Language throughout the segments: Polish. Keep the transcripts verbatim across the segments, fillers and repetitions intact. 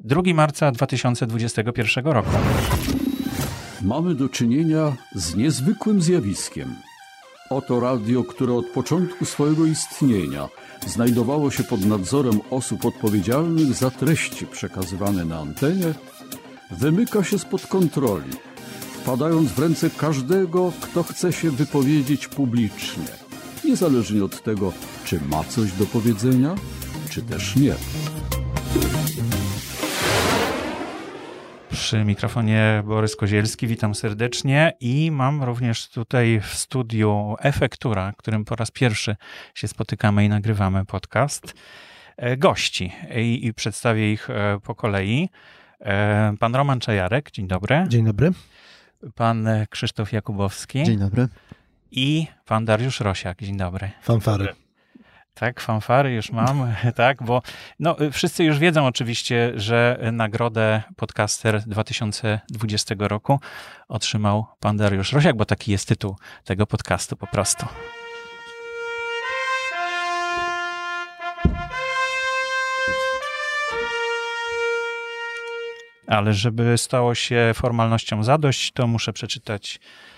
drugiego marca dwa tysiące dwudziestego pierwszego roku. Mamy do czynienia z niezwykłym zjawiskiem. Oto radio, które od początku swojego istnienia znajdowało się pod nadzorem osób odpowiedzialnych za treści przekazywane na antenie, wymyka się spod kontroli, wpadając w ręce każdego, kto chce się wypowiedzieć publicznie, niezależnie od tego, czy ma coś do powiedzenia, czy też nie. Przy mikrofonie Borys Kozielski, witam serdecznie i mam również tutaj w studiu Efektura, którym po raz pierwszy się spotykamy i nagrywamy podcast, gości i, i przedstawię ich po kolei. Pan Roman Czajarek, dzień dobry. Dzień dobry. Pan Krzysztof Jakubowski. Dzień dobry. I pan Dariusz Rosiak, dzień dobry. Fanfary. Tak, fanfary już mam, tak, bo no, wszyscy już wiedzą oczywiście, że nagrodę Podcaster dwa tysiące dwudziestego roku otrzymał pan Dariusz Rosiak, bo taki jest tytuł tego podcastu po prostu. Ale żeby stało się formalnością zadość, to muszę przeczytać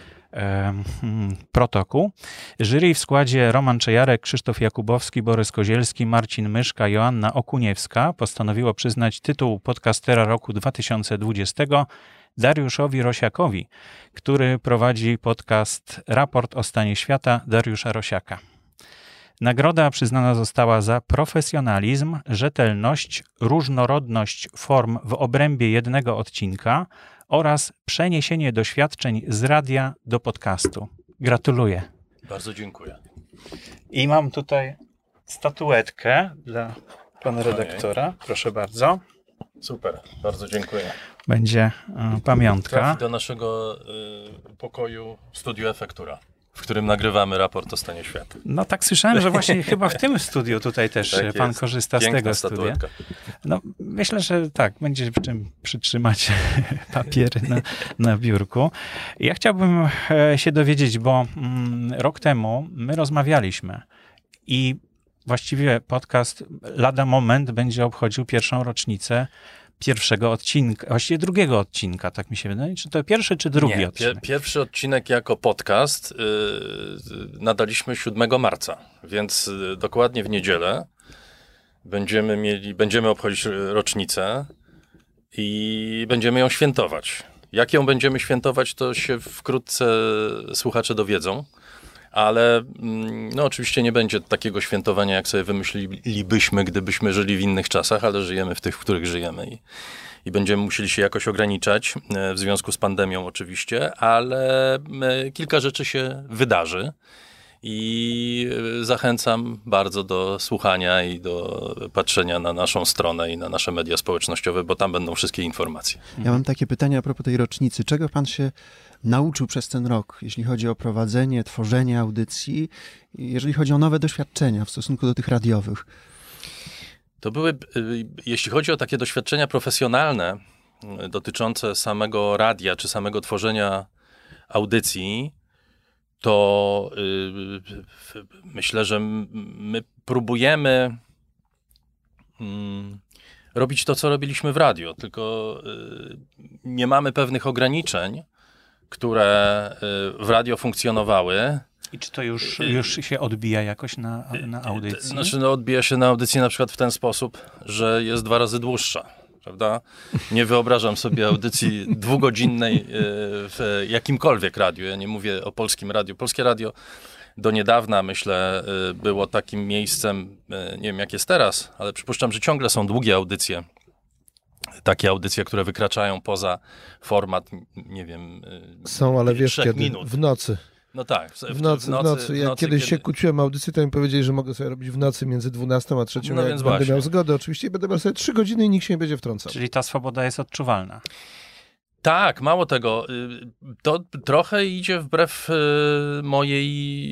protokół. Jury w składzie Roman Czajarek, Krzysztof Jakubowski, Borys Kozielski, Marcin Myszka, Joanna Okuniewska postanowiło przyznać tytuł Podcastera roku dwa tysiące dwudziestego Dariuszowi Rosiakowi, który prowadzi podcast Raport o stanie świata Dariusza Rosiaka. Nagroda przyznana została za profesjonalizm, rzetelność, różnorodność form w obrębie jednego odcinka oraz przeniesienie doświadczeń z radia do podcastu. Gratuluję. Bardzo dziękuję. I mam tutaj statuetkę dla pana redaktora. Proszę bardzo. Super, bardzo dziękuję. Będzie y, pamiątka. Trafi do naszego y, pokoju w studiu Efektura, w którym nagrywamy raport o stanie świata. No tak słyszałem, że właśnie chyba w tym studiu tutaj też tak pan jest. korzysta Piękna z tego statuetka. studia. No myślę, że tak, będzie w czym przytrzymać papiery na, na biurku. Ja chciałbym się dowiedzieć, bo mm, rok temu my rozmawialiśmy i właściwie podcast lada moment będzie obchodził pierwszą rocznicę pierwszego odcinka, właściwie drugiego odcinka, tak mi się wydaje. Czy to pierwszy, czy drugi Nie, odcinek? Pier- pierwszy odcinek jako podcast yy, nadaliśmy siódmego marca, więc yy, dokładnie w niedzielę będziemy mieli, będziemy obchodzić rocznicę i będziemy ją świętować. Jak ją będziemy świętować, to się wkrótce słuchacze dowiedzą. Ale no oczywiście nie będzie takiego świętowania, jak sobie wymyślilibyśmy, gdybyśmy żyli w innych czasach, ale żyjemy w tych, w których żyjemy i, i będziemy musieli się jakoś ograniczać w związku z pandemią oczywiście, ale kilka rzeczy się wydarzy i zachęcam bardzo do słuchania i do patrzenia na naszą stronę i na nasze media społecznościowe, bo tam będą wszystkie informacje. Ja mam takie pytanie a propos tej rocznicy. Czego pan się nauczył przez ten rok, jeśli chodzi o prowadzenie, tworzenie audycji, jeżeli chodzi o nowe doświadczenia w stosunku do tych radiowych? To były, jeśli chodzi o takie doświadczenia profesjonalne dotyczące samego radia, czy samego tworzenia audycji, to yy, myślę, że my próbujemy yy, robić to, co robiliśmy w radio, tylko yy, nie mamy pewnych ograniczeń, które w radio funkcjonowały. I czy to już, już się odbija jakoś na, na audycji? Znaczy, no, odbija się na audycji na przykład w ten sposób, że jest dwa razy dłuższa, prawda? Nie wyobrażam sobie audycji dwugodzinnej w jakimkolwiek radiu. Ja nie mówię o polskim radiu. Polskie radio do niedawna, myślę, było takim miejscem, nie wiem jak jest teraz, ale przypuszczam, że ciągle są długie audycje. Takie audycje, które wykraczają poza format, nie wiem, są, ale wiesz kiedy? Minut. W nocy. No tak. W, w, nocy, w nocy. W nocy. Jak nocy, kiedyś kiedy... się kłóciłem audycję, to mi powiedzieli, że mogę sobie robić w nocy między dwunastą a trzecią, no jak więc będę właśnie. miał zgodę. Oczywiście będę miał sobie trzy godziny i nikt się nie będzie wtrącał. Czyli ta swoboda jest odczuwalna. Tak, mało tego. To trochę idzie wbrew mojej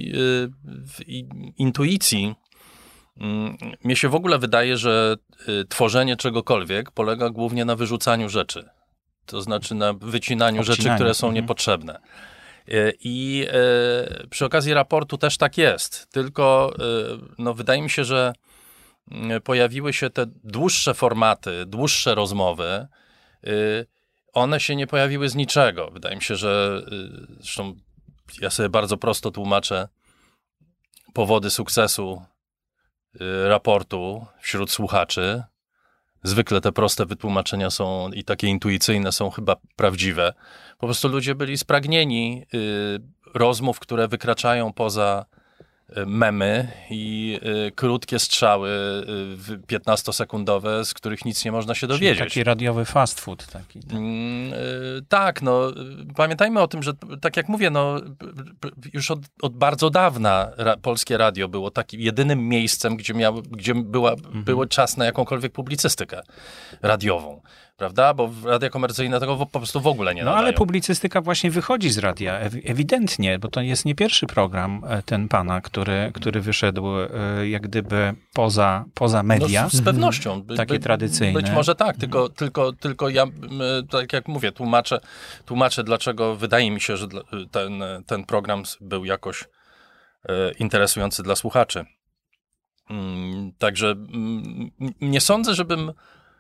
intuicji. Mnie się w ogóle wydaje, że tworzenie czegokolwiek polega głównie na wyrzucaniu rzeczy. To znaczy na wycinaniu Obcinaniu. rzeczy, które są Mhm. niepotrzebne. I przy okazji raportu też tak jest. Tylko no, wydaje mi się, że pojawiły się te dłuższe formaty, dłuższe rozmowy, one się nie pojawiły z niczego. Wydaje mi się, że zresztą ja sobie bardzo prosto tłumaczę powody sukcesu raportu wśród słuchaczy. Zwykle te proste wytłumaczenia są i takie intuicyjne są chyba prawdziwe. Po prostu ludzie byli spragnieni rozmów, które wykraczają poza memy i y, krótkie strzały y, piętnastosekundowe, z których nic nie można się dowiedzieć. Czyli taki radiowy fast food. Taki, tak. Mm, y, tak, no pamiętajmy o tym, że tak jak mówię, no już od, od bardzo dawna ra, polskie radio było takim jedynym miejscem, gdzie, miał, gdzie była, mhm. było czas na jakąkolwiek publicystykę radiową. Prawda? Bo radia komercyjne tego po prostu w ogóle nie No nadają. ale publicystyka właśnie wychodzi z radia, ewidentnie, bo to jest nie pierwszy program ten pana, który, który wyszedł jak gdyby poza, poza media. No, z pewnością. By, takie by, tradycyjne. Być może tak, tylko, tylko, tylko ja, tak jak mówię, tłumaczę, tłumaczę, dlaczego wydaje mi się, że ten, ten program był jakoś interesujący dla słuchaczy. Także nie sądzę, żebym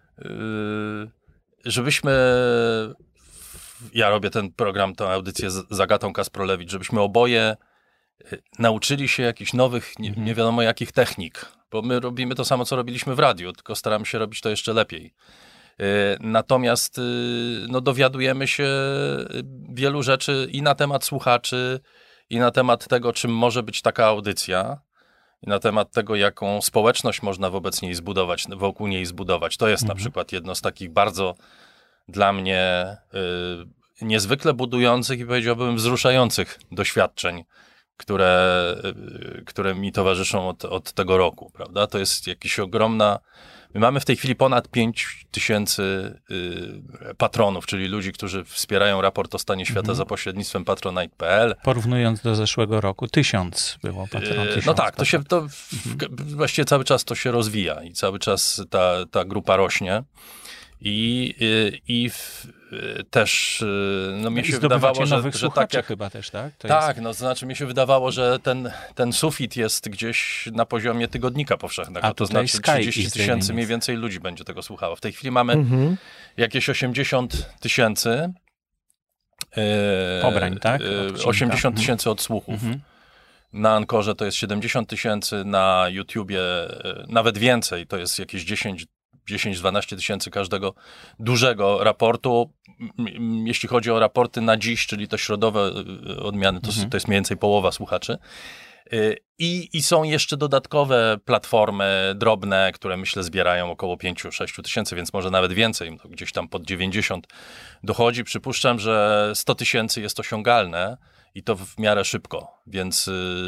żebyśmy, ja robię ten program, tę audycję z Agatą Kasprolewicz, żebyśmy oboje nauczyli się jakichś nowych, nie, nie wiadomo jakich technik, bo my robimy to samo, co robiliśmy w radiu, tylko staramy się robić to jeszcze lepiej. Natomiast no, dowiadujemy się wielu rzeczy i na temat słuchaczy, i na temat tego, czym może być taka audycja, i na temat tego, jaką społeczność można wobec niej zbudować, wokół niej zbudować. To jest mhm. na przykład jedno z takich bardzo dla mnie y, niezwykle budujących i powiedziałbym wzruszających doświadczeń, które, y, które mi towarzyszą od, od tego roku, prawda? To jest jakaś ogromna... My mamy w tej chwili ponad pięć tysięcy y, patronów, czyli ludzi, którzy wspierają raport o stanie świata mhm. za pośrednictwem patronite kropka p l. Porównując do zeszłego roku, tysiąc było patron. Tysiąc, no tak, to się, to w, mhm. właściwie cały czas to się rozwija i cały czas ta, ta grupa rośnie. I, i, i w, też no mi się wydawało, że, że tak jak, chyba też, tak? To tak, jest... no to znaczy mi się wydawało, że ten, ten sufit jest gdzieś na poziomie tygodnika powszechnego. A to znaczy trzydzieści tysięcy mniej więcej ludzi będzie tego słuchało. W tej chwili mamy mhm. jakieś osiemdziesiąt tysięcy pobrań, tak? osiemdziesiąt tysięcy odsłuchów. Mhm. Na Ankorze to jest siedemdziesiąt tysięcy, na YouTubie nawet więcej, to jest jakieś dziesięć dziesięć dwanaście tysięcy każdego dużego raportu. Jeśli chodzi o raporty na dziś, czyli te środowe odmiany, to, mhm. to jest mniej więcej połowa słuchaczy. I, I są jeszcze dodatkowe platformy drobne, które myślę zbierają około pięć do sześciu tysięcy, więc może nawet więcej, to gdzieś tam pod dziewięćdziesiąt dochodzi. Przypuszczam, że sto tysięcy jest osiągalne i to w miarę szybko, więc,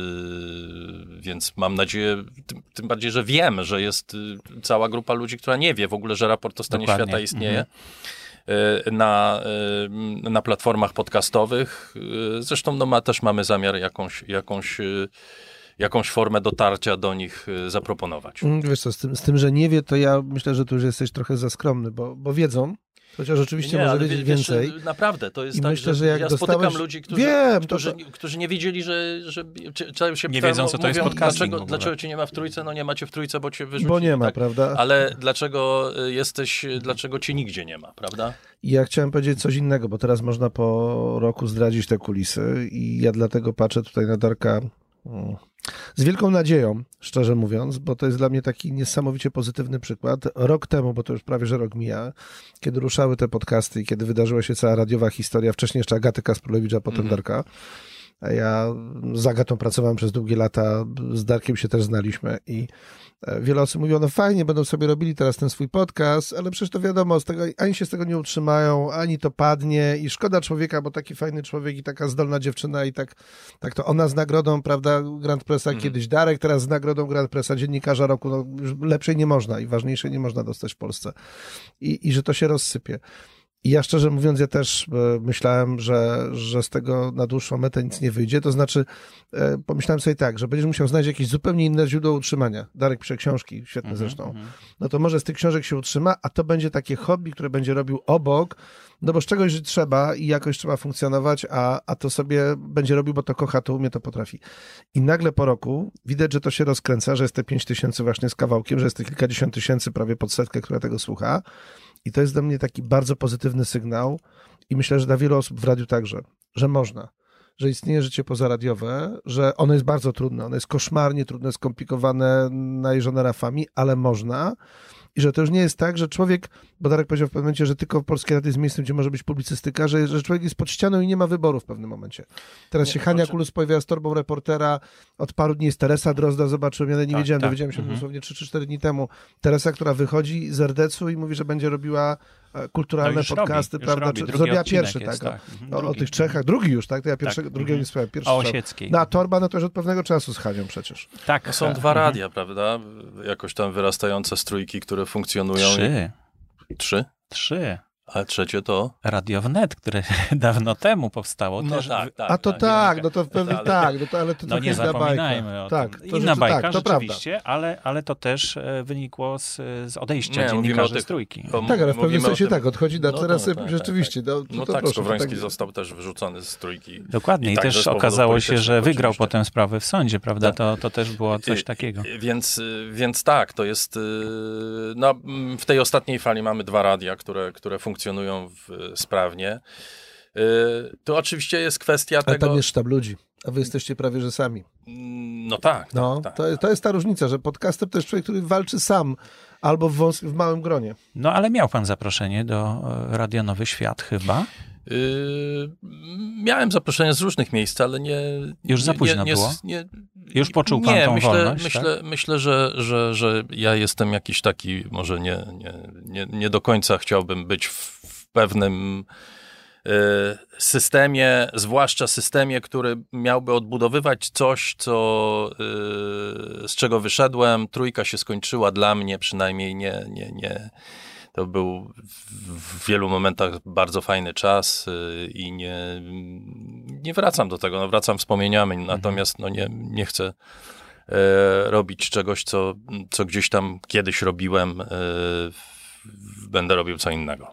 yy, więc mam nadzieję, tym, tym bardziej, że wiem, że jest yy, cała grupa ludzi, która nie wie w ogóle, że raport o stanie Dokładnie. Świata istnieje. Mhm. Yy, na, yy, na platformach podcastowych. Yy, zresztą no, ma, też mamy zamiar jakąś, jakąś, yy, jakąś formę dotarcia do nich yy, zaproponować. Wiesz co, z tym, z tym, że nie wie, to ja myślę, że tu już jesteś trochę za skromny, bo, bo wiedzą. Chociaż oczywiście nie, może wiedzieć wiesz, więcej. Naprawdę, to jest I tak, myślę, że, że jak ja dostałeś... spotykam ludzi, którzy, Wiem, którzy, to, to... którzy nie wiedzieli, że, że czy, się nie pytają, wiedzą, co to mówią, jest podcasting. Dlaczego, dlaczego cię nie ma w trójce? No nie macie w trójce, bo cię wyrzucili. Bo nie ma, tak? prawda? Ale dlaczego jesteś, dlaczego cię nigdzie nie ma, prawda? I ja chciałem powiedzieć coś innego, bo teraz można po roku zdradzić te kulisy i ja dlatego patrzę tutaj na Darka z wielką nadzieją, szczerze mówiąc, bo to jest dla mnie taki niesamowicie pozytywny przykład. Rok temu, bo to już prawie, że rok mija, kiedy ruszały te podcasty i kiedy wydarzyła się cała radiowa historia, wcześniej jeszcze Agaty Kasprolewicz, a potem mm. Darka. A ja z Agatą pracowałem przez długie lata, z Darkiem się też znaliśmy i wiele osób mówiło, no fajnie, będą sobie robili teraz ten swój podcast, ale przecież to wiadomo, z tego, ani się z tego nie utrzymają, ani to padnie i szkoda człowieka, bo taki fajny człowiek i taka zdolna dziewczyna i tak, tak to ona z nagrodą, prawda, Grand Pressa, mm. kiedyś Darek, teraz z nagrodą Grand Pressa, dziennikarza roku, no już lepszej nie można i ważniejszej nie można dostać w Polsce. I, i że to się rozsypie. I ja szczerze mówiąc, ja też myślałem, że, że z tego na dłuższą metę nic nie wyjdzie. To znaczy, pomyślałem sobie tak, że będziesz musiał znaleźć jakieś zupełnie inne źródło utrzymania. Darek pisze książki, świetne mm-hmm, zresztą. Mm-hmm. No to może z tych książek się utrzyma, a to będzie takie hobby, które będzie robił obok, no bo z czegoś żyć trzeba i jakoś trzeba funkcjonować, a, a to sobie będzie robił, bo to kocha, to umie, to potrafi. I nagle po roku widać, że to się rozkręca, że jest te pięć tysięcy właśnie z kawałkiem, że jest te kilkadziesiąt tysięcy, prawie pod setkę, która tego słucha. I to jest dla mnie taki bardzo pozytywny sygnał i myślę, że dla wielu osób w radiu także, że można, że istnieje życie pozaradiowe, że ono jest bardzo trudne, ono jest koszmarnie trudne, skomplikowane, najeżone rafami, ale można i że to już nie jest tak, że człowiek, bo Darek powiedział w pewnym momencie, że tylko Polskie Radio jest miejscem, gdzie może być publicystyka, że, że człowiek jest pod ścianą i nie ma wyboru w pewnym momencie. Teraz nie, się Hania Kulus pojawia z torbą reportera, od paru dni jest Teresa Drozda, zobaczyłem, ja nie tak, wiedziałem, tak. dowiedziałem się mhm. dosłownie trzy czy cztery dni temu. Teresa, która wychodzi z er de ce u i mówi, że będzie robiła kulturalne no podcasty, robi, prawda? Robi. Zrobiła pierwszy, tak, jest, tak. O, o tych Czechach, drugi już, tak? To ja pierwszego, tak. drugiego nie słuchałem. Pierwszy o Osieckiej. No a Torba, no to już od pewnego czasu z Hanią przecież. Tak. No są tak. dwa radia, prawda? Jakoś tam wyrastające z trójki, które funkcjonują. Trzy. Trzy? Trzy. A trzecie to? Radio Wnet, które dawno temu powstało. No też tak, tak. A to tak, tak, no to w pewnym ale, tak, no to, ale to no nie zapominajmy bajka. o tak, tym. To Inna bajka tak, to rzeczywiście, ale, ale to też wynikło z, z odejścia nie, dziennikarzy z trójki. To, tak, ale w pewnym sensie tak, odchodzi na no, teraz no, tak, rzeczywiście. Tak, no, no to tak, proszę, Skowroński tak... został też wyrzucony z trójki. Dokładnie i, i też okazało się, że wygrał oczywiście. potem sprawę w sądzie, prawda? Tak. To, to też było coś takiego. Więc, więc tak, to jest, no w tej ostatniej fali mamy dwa radia, które, które funkcjonują w, sprawnie. To oczywiście jest kwestia Ale tego... tam jest sztab ludzi, a wy jesteście prawie że sami. No tak. No, tak, to, tak. Jest, to jest ta różnica, że podcaster to jest człowiek, który walczy sam albo w, wąs- w małym gronie. No ale miał pan zaproszenie do Radia Nowy Świat chyba? Yy, miałem zaproszenie z różnych miejsc, ale nie... Już za późno nie, nie, było? Nie, Już poczuł pan nie, tą myślę, wolność? Myślę, tak? myślę że, że, że ja jestem jakiś taki, może nie, nie, nie, nie do końca chciałbym być w, w pewnym systemie, zwłaszcza systemie, który miałby odbudowywać coś, co, z czego wyszedłem. Trójka się skończyła dla mnie, przynajmniej nie, nie, nie. To był w wielu momentach bardzo fajny czas i nie, nie wracam do tego. No, wracam wspomnieniami, mhm. natomiast no, nie, nie chcę robić czegoś, co, co gdzieś tam kiedyś robiłem. Będę robił co innego.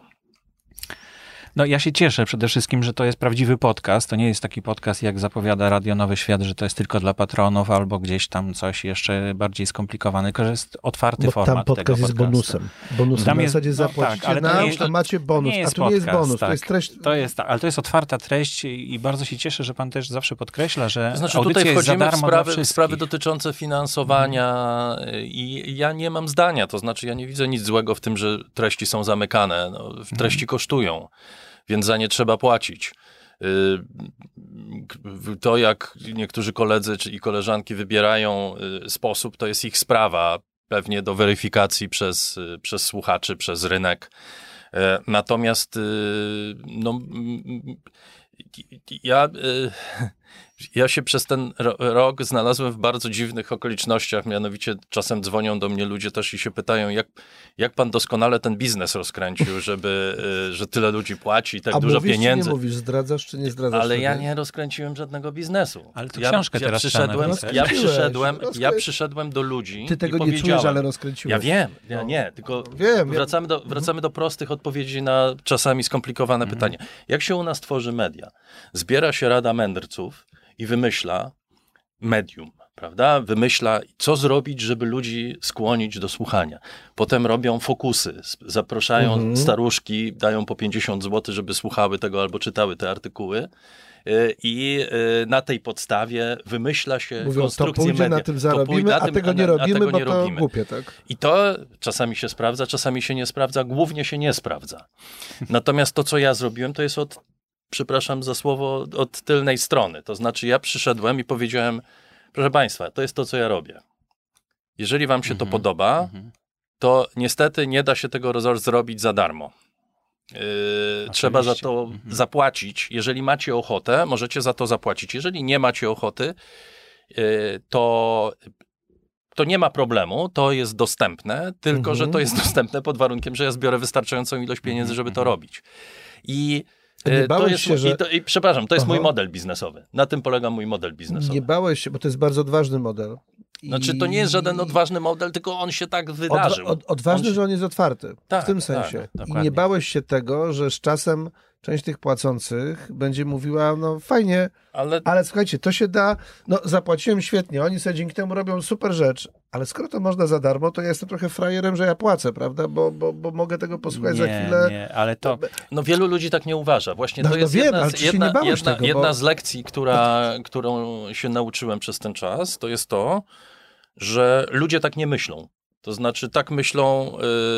No ja się cieszę przede wszystkim, że to jest prawdziwy podcast. To nie jest taki podcast, jak zapowiada Radio Nowy Świat, że to jest tylko dla patronów albo gdzieś tam coś jeszcze bardziej skomplikowane, tylko że jest otwarty Bo format tam podcast tego jest bonusem. Bonusem tam na jest, zasadzie no, zapłacicie tak, ale na, to, nie, to macie bonus, nie a tu nie jest bonus, tak. to jest treść. To jest, ale to jest otwarta treść i bardzo się cieszę, że pan też zawsze podkreśla, że to znaczy, audycja tutaj jest za wchodzimy darmo w sprawy, dla wszystkich. sprawy dotyczące finansowania hmm. i ja nie mam zdania, to znaczy ja nie widzę nic złego w tym, że treści są zamykane, no, treści hmm. kosztują. Więc za nie trzeba płacić. To, jak niektórzy koledzy i koleżanki wybierają sposób, to jest ich sprawa, pewnie do weryfikacji przez, przez słuchaczy, przez rynek. Natomiast no, ja, ja się przez ten rok znalazłem w bardzo dziwnych okolicznościach, mianowicie czasem dzwonią do mnie ludzie też i się pytają, jak, jak pan doskonale ten biznes rozkręcił, żeby, że tyle ludzi płaci i tak A dużo mówisz, pieniędzy. A mówisz, zdradzasz czy nie zdradzasz? Ale ja wtedy? nie rozkręciłem żadnego biznesu. Ale to ja, książkę ja teraz przyszedłem, trzeba ja przyszedłem, Rozkrę... ja przyszedłem do ludzi Ty tego i nie powiedziałem, czujesz, ale rozkręciłeś. Ja wiem, ja nie, tylko wiem, wracamy, do, wracamy do prostych odpowiedzi na czasami skomplikowane mhm. pytania. Jak się u nas tworzy media? Zbiera się Rada Mędrców i wymyśla medium, prawda? Wymyśla, co zrobić, żeby ludzi skłonić do słuchania. Potem robią fokusy, zapraszają mhm. staruszki, dają po pięćdziesiąt złotych, żeby słuchały tego albo czytały te artykuły. I na tej podstawie wymyśla się Mówią, konstrukcję to pójdzie, media. na tym zarobimy, pójdzie, na a tym, tego nie a, robimy, a tego bo nie to robimy. głupie, tak? I to czasami się sprawdza, czasami się nie sprawdza, głównie się nie sprawdza. Natomiast to, co ja zrobiłem, to jest od, przepraszam za słowo, od tylnej strony. To znaczy ja przyszedłem i powiedziałem, proszę państwa, to jest to, co ja robię. Jeżeli wam się mm-hmm. to podoba, mm-hmm. to niestety nie da się tego roz- zrobić za darmo. Yy, trzeba za to mhm. zapłacić. Jeżeli macie ochotę, możecie za to zapłacić. Jeżeli nie macie ochoty, yy, to to nie ma problemu, to jest dostępne, tylko Mhm. że to jest dostępne pod warunkiem, że ja zbiorę wystarczającą ilość pieniędzy, żeby to robić. I Nie e, to bałeś jest, się, że- i to, i, przepraszam, to jest Aha. mój model biznesowy. Na tym polega mój model biznesowy. Nie bałeś się, bo to jest bardzo odważny model. I... Znaczy, to nie jest żaden odważny model, tylko on się tak Odwa- wydarzył. od, odważny, On się... że on jest otwarty. Tak, w tym tak, sensie. I dokładnie. nie bałeś się tego, że z czasem część tych płacących będzie mówiła, no fajnie, Ale ale słuchajcie, to się da, no zapłaciłem świetnie, oni sobie dzięki temu robią super rzecz, ale skoro to można za darmo, to ja jestem trochę frajerem, że ja płacę, prawda, bo, bo, bo mogę tego posłuchać za chwilę. Nie, ale to... no, wielu ludzi tak nie uważa. Właśnie No, to no jest wiem, jedna, ale z, czy się jedna, nie bałeś jedna, tego, jedna bo- z lekcji, która, którą się nauczyłem przez ten czas, to jest to, że ludzie tak nie myślą. To znaczy tak myślą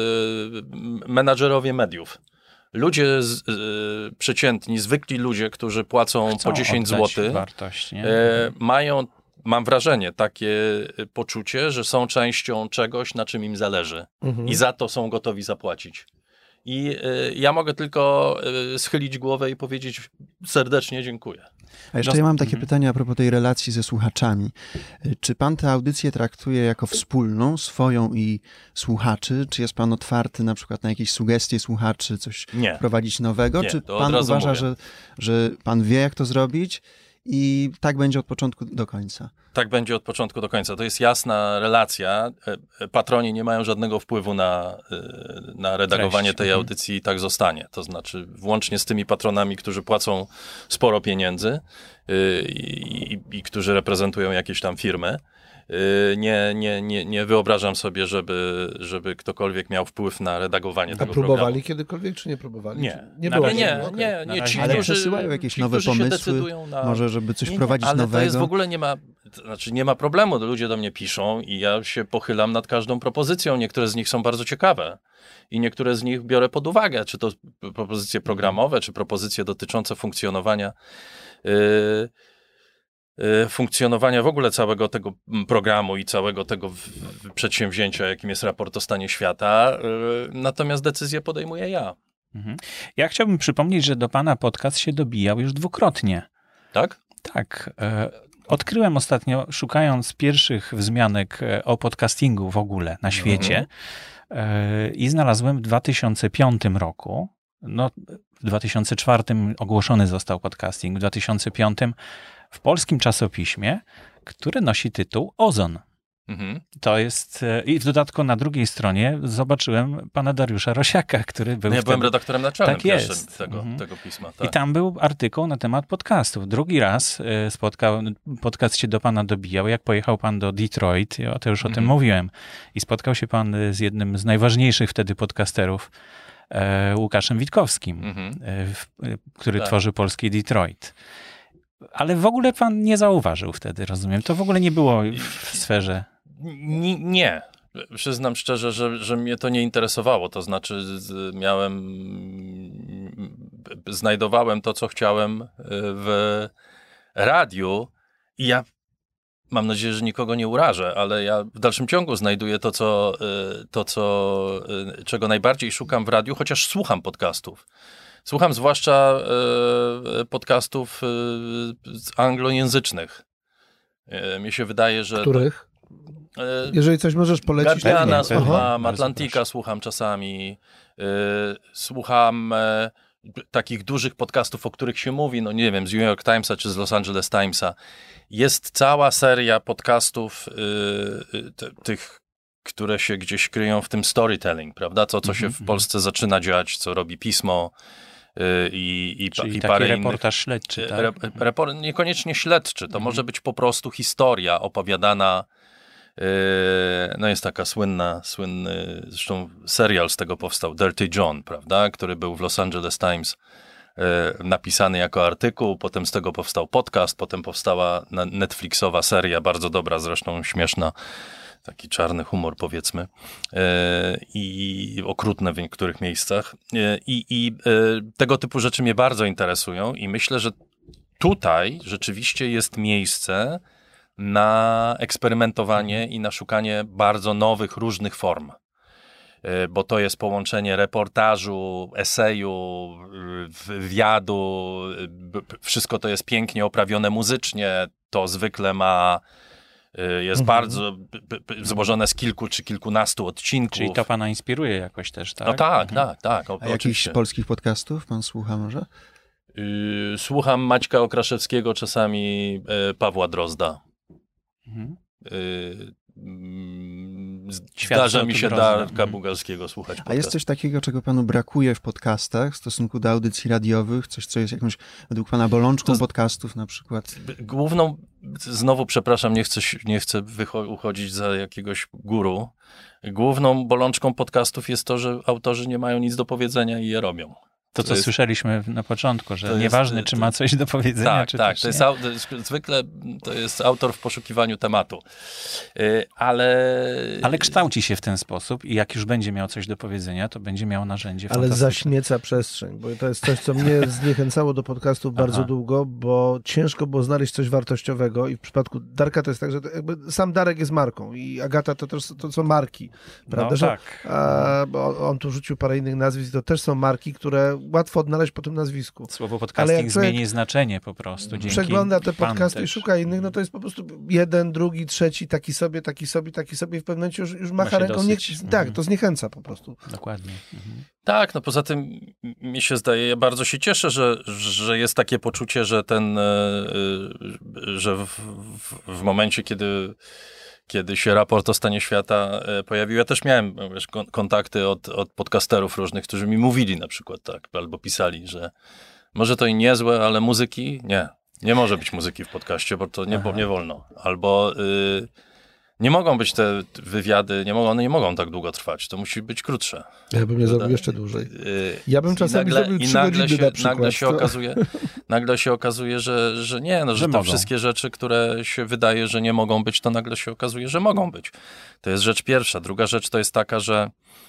yy, menadżerowie mediów. Ludzie z, yy, przeciętni, zwykli ludzie, którzy płacą chcą po dziesięć oddać złotych, wartość, nie? e, mają, mam wrażenie, takie poczucie, że są częścią czegoś, na czym im zależy. Mhm. I za to są gotowi zapłacić. I y, ja mogę tylko y, schylić głowę i powiedzieć serdecznie dziękuję. A jeszcze Dos- ja mam takie Mhm. pytanie a propos tej relacji ze słuchaczami. Czy pan tę audycję traktuje jako wspólną, swoją i słuchaczy? Czy jest pan otwarty na przykład na jakieś sugestie słuchaczy, coś Nie. wprowadzić nowego? Nie, Czy to od pan razu uważa, mówię. że, że pan wie, jak to zrobić i tak będzie od początku do końca? Tak będzie od początku do końca. To jest jasna relacja. E, e, Patroni nie mają żadnego wpływu na, e, na redagowanie Treść. tej Mhm. audycji i tak zostanie. To znaczy włącznie z tymi patronami, którzy płacą sporo pieniędzy y, i, i, i którzy reprezentują jakieś tam firmy. Y, Nie, nie, nie, nie wyobrażam sobie, żeby, żeby ktokolwiek miał wpływ na redagowanie A tego próbowali programu. kiedykolwiek, czy nie próbowali? Nie. Czy- nie Na było. razie Nie, Okej. nie, Na nie. razie Ci, nie. Ale którzy, przesyłają jakieś ci, nowe którzy się pomysły? decydują na... Może, żeby coś Nie, nie, wprowadzić ale nowego? to jest w ogóle nie ma, to znaczy nie ma problemu, ludzie do mnie piszą i ja się pochylam nad każdą propozycją. Niektóre z nich są bardzo ciekawe i niektóre z nich biorę pod uwagę, czy to propozycje programowe, czy propozycje dotyczące funkcjonowania yy, yy, funkcjonowania w ogóle całego tego programu i całego tego w, w przedsięwzięcia, jakim jest raport o stanie świata. Yy, natomiast decyzję podejmuję ja. Mhm. Ja chciałbym przypomnieć, że do pana podcast się dobijał już dwukrotnie. Tak? Tak. E, odkryłem ostatnio, szukając pierwszych wzmianek e, o podcastingu w ogóle na świecie e, i znalazłem w dwa tysiące piątym roku, no w dwa tysiące czwartym ogłoszony został podcasting, w dwa tysiące piątym w polskim czasopiśmie, które nosi tytuł Ozon. Mhm. To jest, e, i w dodatku na drugiej stronie zobaczyłem pana Dariusza Rosiaka, który był No ja byłem wtedy... redaktorem naczelnym Tak pierwszym jest. tego, Mhm. tego pisma. I Tak. tam był artykuł na temat podcastów. Drugi raz e, spotkał, podcast się do pana dobijał, jak pojechał pan do Detroit, ja to już o tym Mhm. mówiłem, i spotkał się pan z jednym z najważniejszych wtedy podcasterów, e, Łukaszem Witkowskim, Mhm. e, w, e, który Tak. tworzy polski Detroit. Ale w ogóle pan nie zauważył wtedy, rozumiem. To w ogóle nie było w sferze... N- nie. Przyznam szczerze, że, że mnie to nie interesowało. To znaczy z, miałem, b- znajdowałem to, co chciałem y, w radiu i ja mam nadzieję, że nikogo nie urażę, ale ja w dalszym ciągu znajduję to, co, y, to co, y, czego najbardziej szukam w radiu, chociaż słucham podcastów. Słucham zwłaszcza y, podcastów y, z anglojęzycznych. Y, mi się wydaje, że... Których? To, y, Jeżeli coś możesz polecić. to- Guardiana pewnie, pewnie. słucham, Bardzo Atlantika proszę. słucham czasami, y, słucham e, takich dużych podcastów, o których się mówi, no nie wiem, z New York Timesa czy z Los Angeles Timesa. Jest cała seria podcastów y, y, te, tych, które się gdzieś kryją w tym storytelling, prawda? To, co się w Polsce zaczyna dziać, co robi Pismo y, i, i, Czyli i taki parę innych. reportaż śledczy, tak? Re, report, niekoniecznie śledczy, to może być po prostu historia opowiadana. Yy, no jest taka słynna, słynny, zresztą serial z tego powstał, Dirty John, prawda, który był w Los Angeles Times yy, napisany jako artykuł, potem z tego powstał podcast, potem powstała na- Netflixowa seria, bardzo dobra, zresztą śmieszna, taki czarny humor powiedzmy yy, i okrutne w niektórych miejscach yy, i, i yy, tego typu rzeczy mnie bardzo interesują i myślę, że tutaj rzeczywiście jest miejsce na eksperymentowanie i na szukanie bardzo nowych, różnych form. Y, Bo to jest połączenie reportażu, eseju, y, wywiadu, y, b- b- wszystko to jest pięknie oprawione muzycznie, to zwykle ma Jest Mhm. bardzo p- p- złożone z kilku czy kilkunastu odcinków. Czyli to pana inspiruje jakoś też, tak? No tak, Mhm. tak, tak. O, A jakichś oczywiście. polskich podcastów pan słucha może? Yy, Słucham Maćka Okraszewskiego, czasami e, Pawła Drozda. Mhm. Yy, mm, Świat Zdarza co mi tu się Drozda. Darka Mhm. Bugalskiego słuchać. A jest podcastu. coś takiego, czego panu brakuje w podcastach w stosunku do audycji radiowych? Coś, co jest jakąś, według pana, bolączką To z- podcastów na przykład? Główną, znowu przepraszam, nie chcę, się- nie chcę wycho- uchodzić za jakiegoś guru. Główną bolączką podcastów jest to, że autorzy nie mają nic do powiedzenia i je robią. To, co To jest- słyszeliśmy na początku, że to jest- nieważne, czy to- ma coś do powiedzenia, Tak, czy tak. też To jest, nie. au- to jest, zwykle to jest autor w poszukiwaniu tematu. Yy, Ale... Ale kształci się w ten sposób i jak już będzie miał coś do powiedzenia, to będzie miał narzędzie Ale fantastyczne. zaśmieca przestrzeń, bo to jest coś, co mnie zniechęcało do podcastów bardzo Aha. długo, bo ciężko było znaleźć coś wartościowego i w przypadku Darka to jest tak, że to jakby sam Darek jest marką i Agata to też to są marki, prawda? No że, tak. a, bo on tu rzucił parę innych nazwisk i to też są marki, które łatwo odnaleźć po tym nazwisku. Słowo Ale podcasting jak człowiek zmieni znaczenie po prostu. Dzięki Przegląda te panu podcasty i też. szuka innych, no to jest po prostu jeden, drugi, trzeci, taki sobie, taki sobie, taki sobie i w pewnym momencie już, już macha się ręką. Nie, dosyć. tak, Mhm. to zniechęca po prostu. Dokładnie. Mhm. Tak, no poza tym mi się zdaje, ja bardzo się cieszę, że, że jest takie poczucie, że ten, e, e, że w, w, w momencie, kiedy, kiedy się raport o stanie świata e, pojawił, ja też miałem wiesz, kon- kontakty od, od podcasterów różnych, którzy mi mówili na przykład tak, albo pisali, że może to i niezłe, ale muzyki nie. Nie może być muzyki w podcaście, bo to nie, bo nie wolno. Albo y, nie mogą być te wywiady, nie mogą, one nie mogą tak długo trwać. To musi być krótsze. Ja bym je zrobił Prawda? jeszcze dłużej. Y, Ja bym i czasami zrobił i trzy nagle godziny się, na przykład, Nagle się to- okazuje, nagle się okazuje że, że nie, no, że, Że te mogą. wszystkie rzeczy, które się wydaje, że nie mogą być, to nagle się okazuje, że mogą być. To jest rzecz pierwsza. Druga rzecz to jest taka, że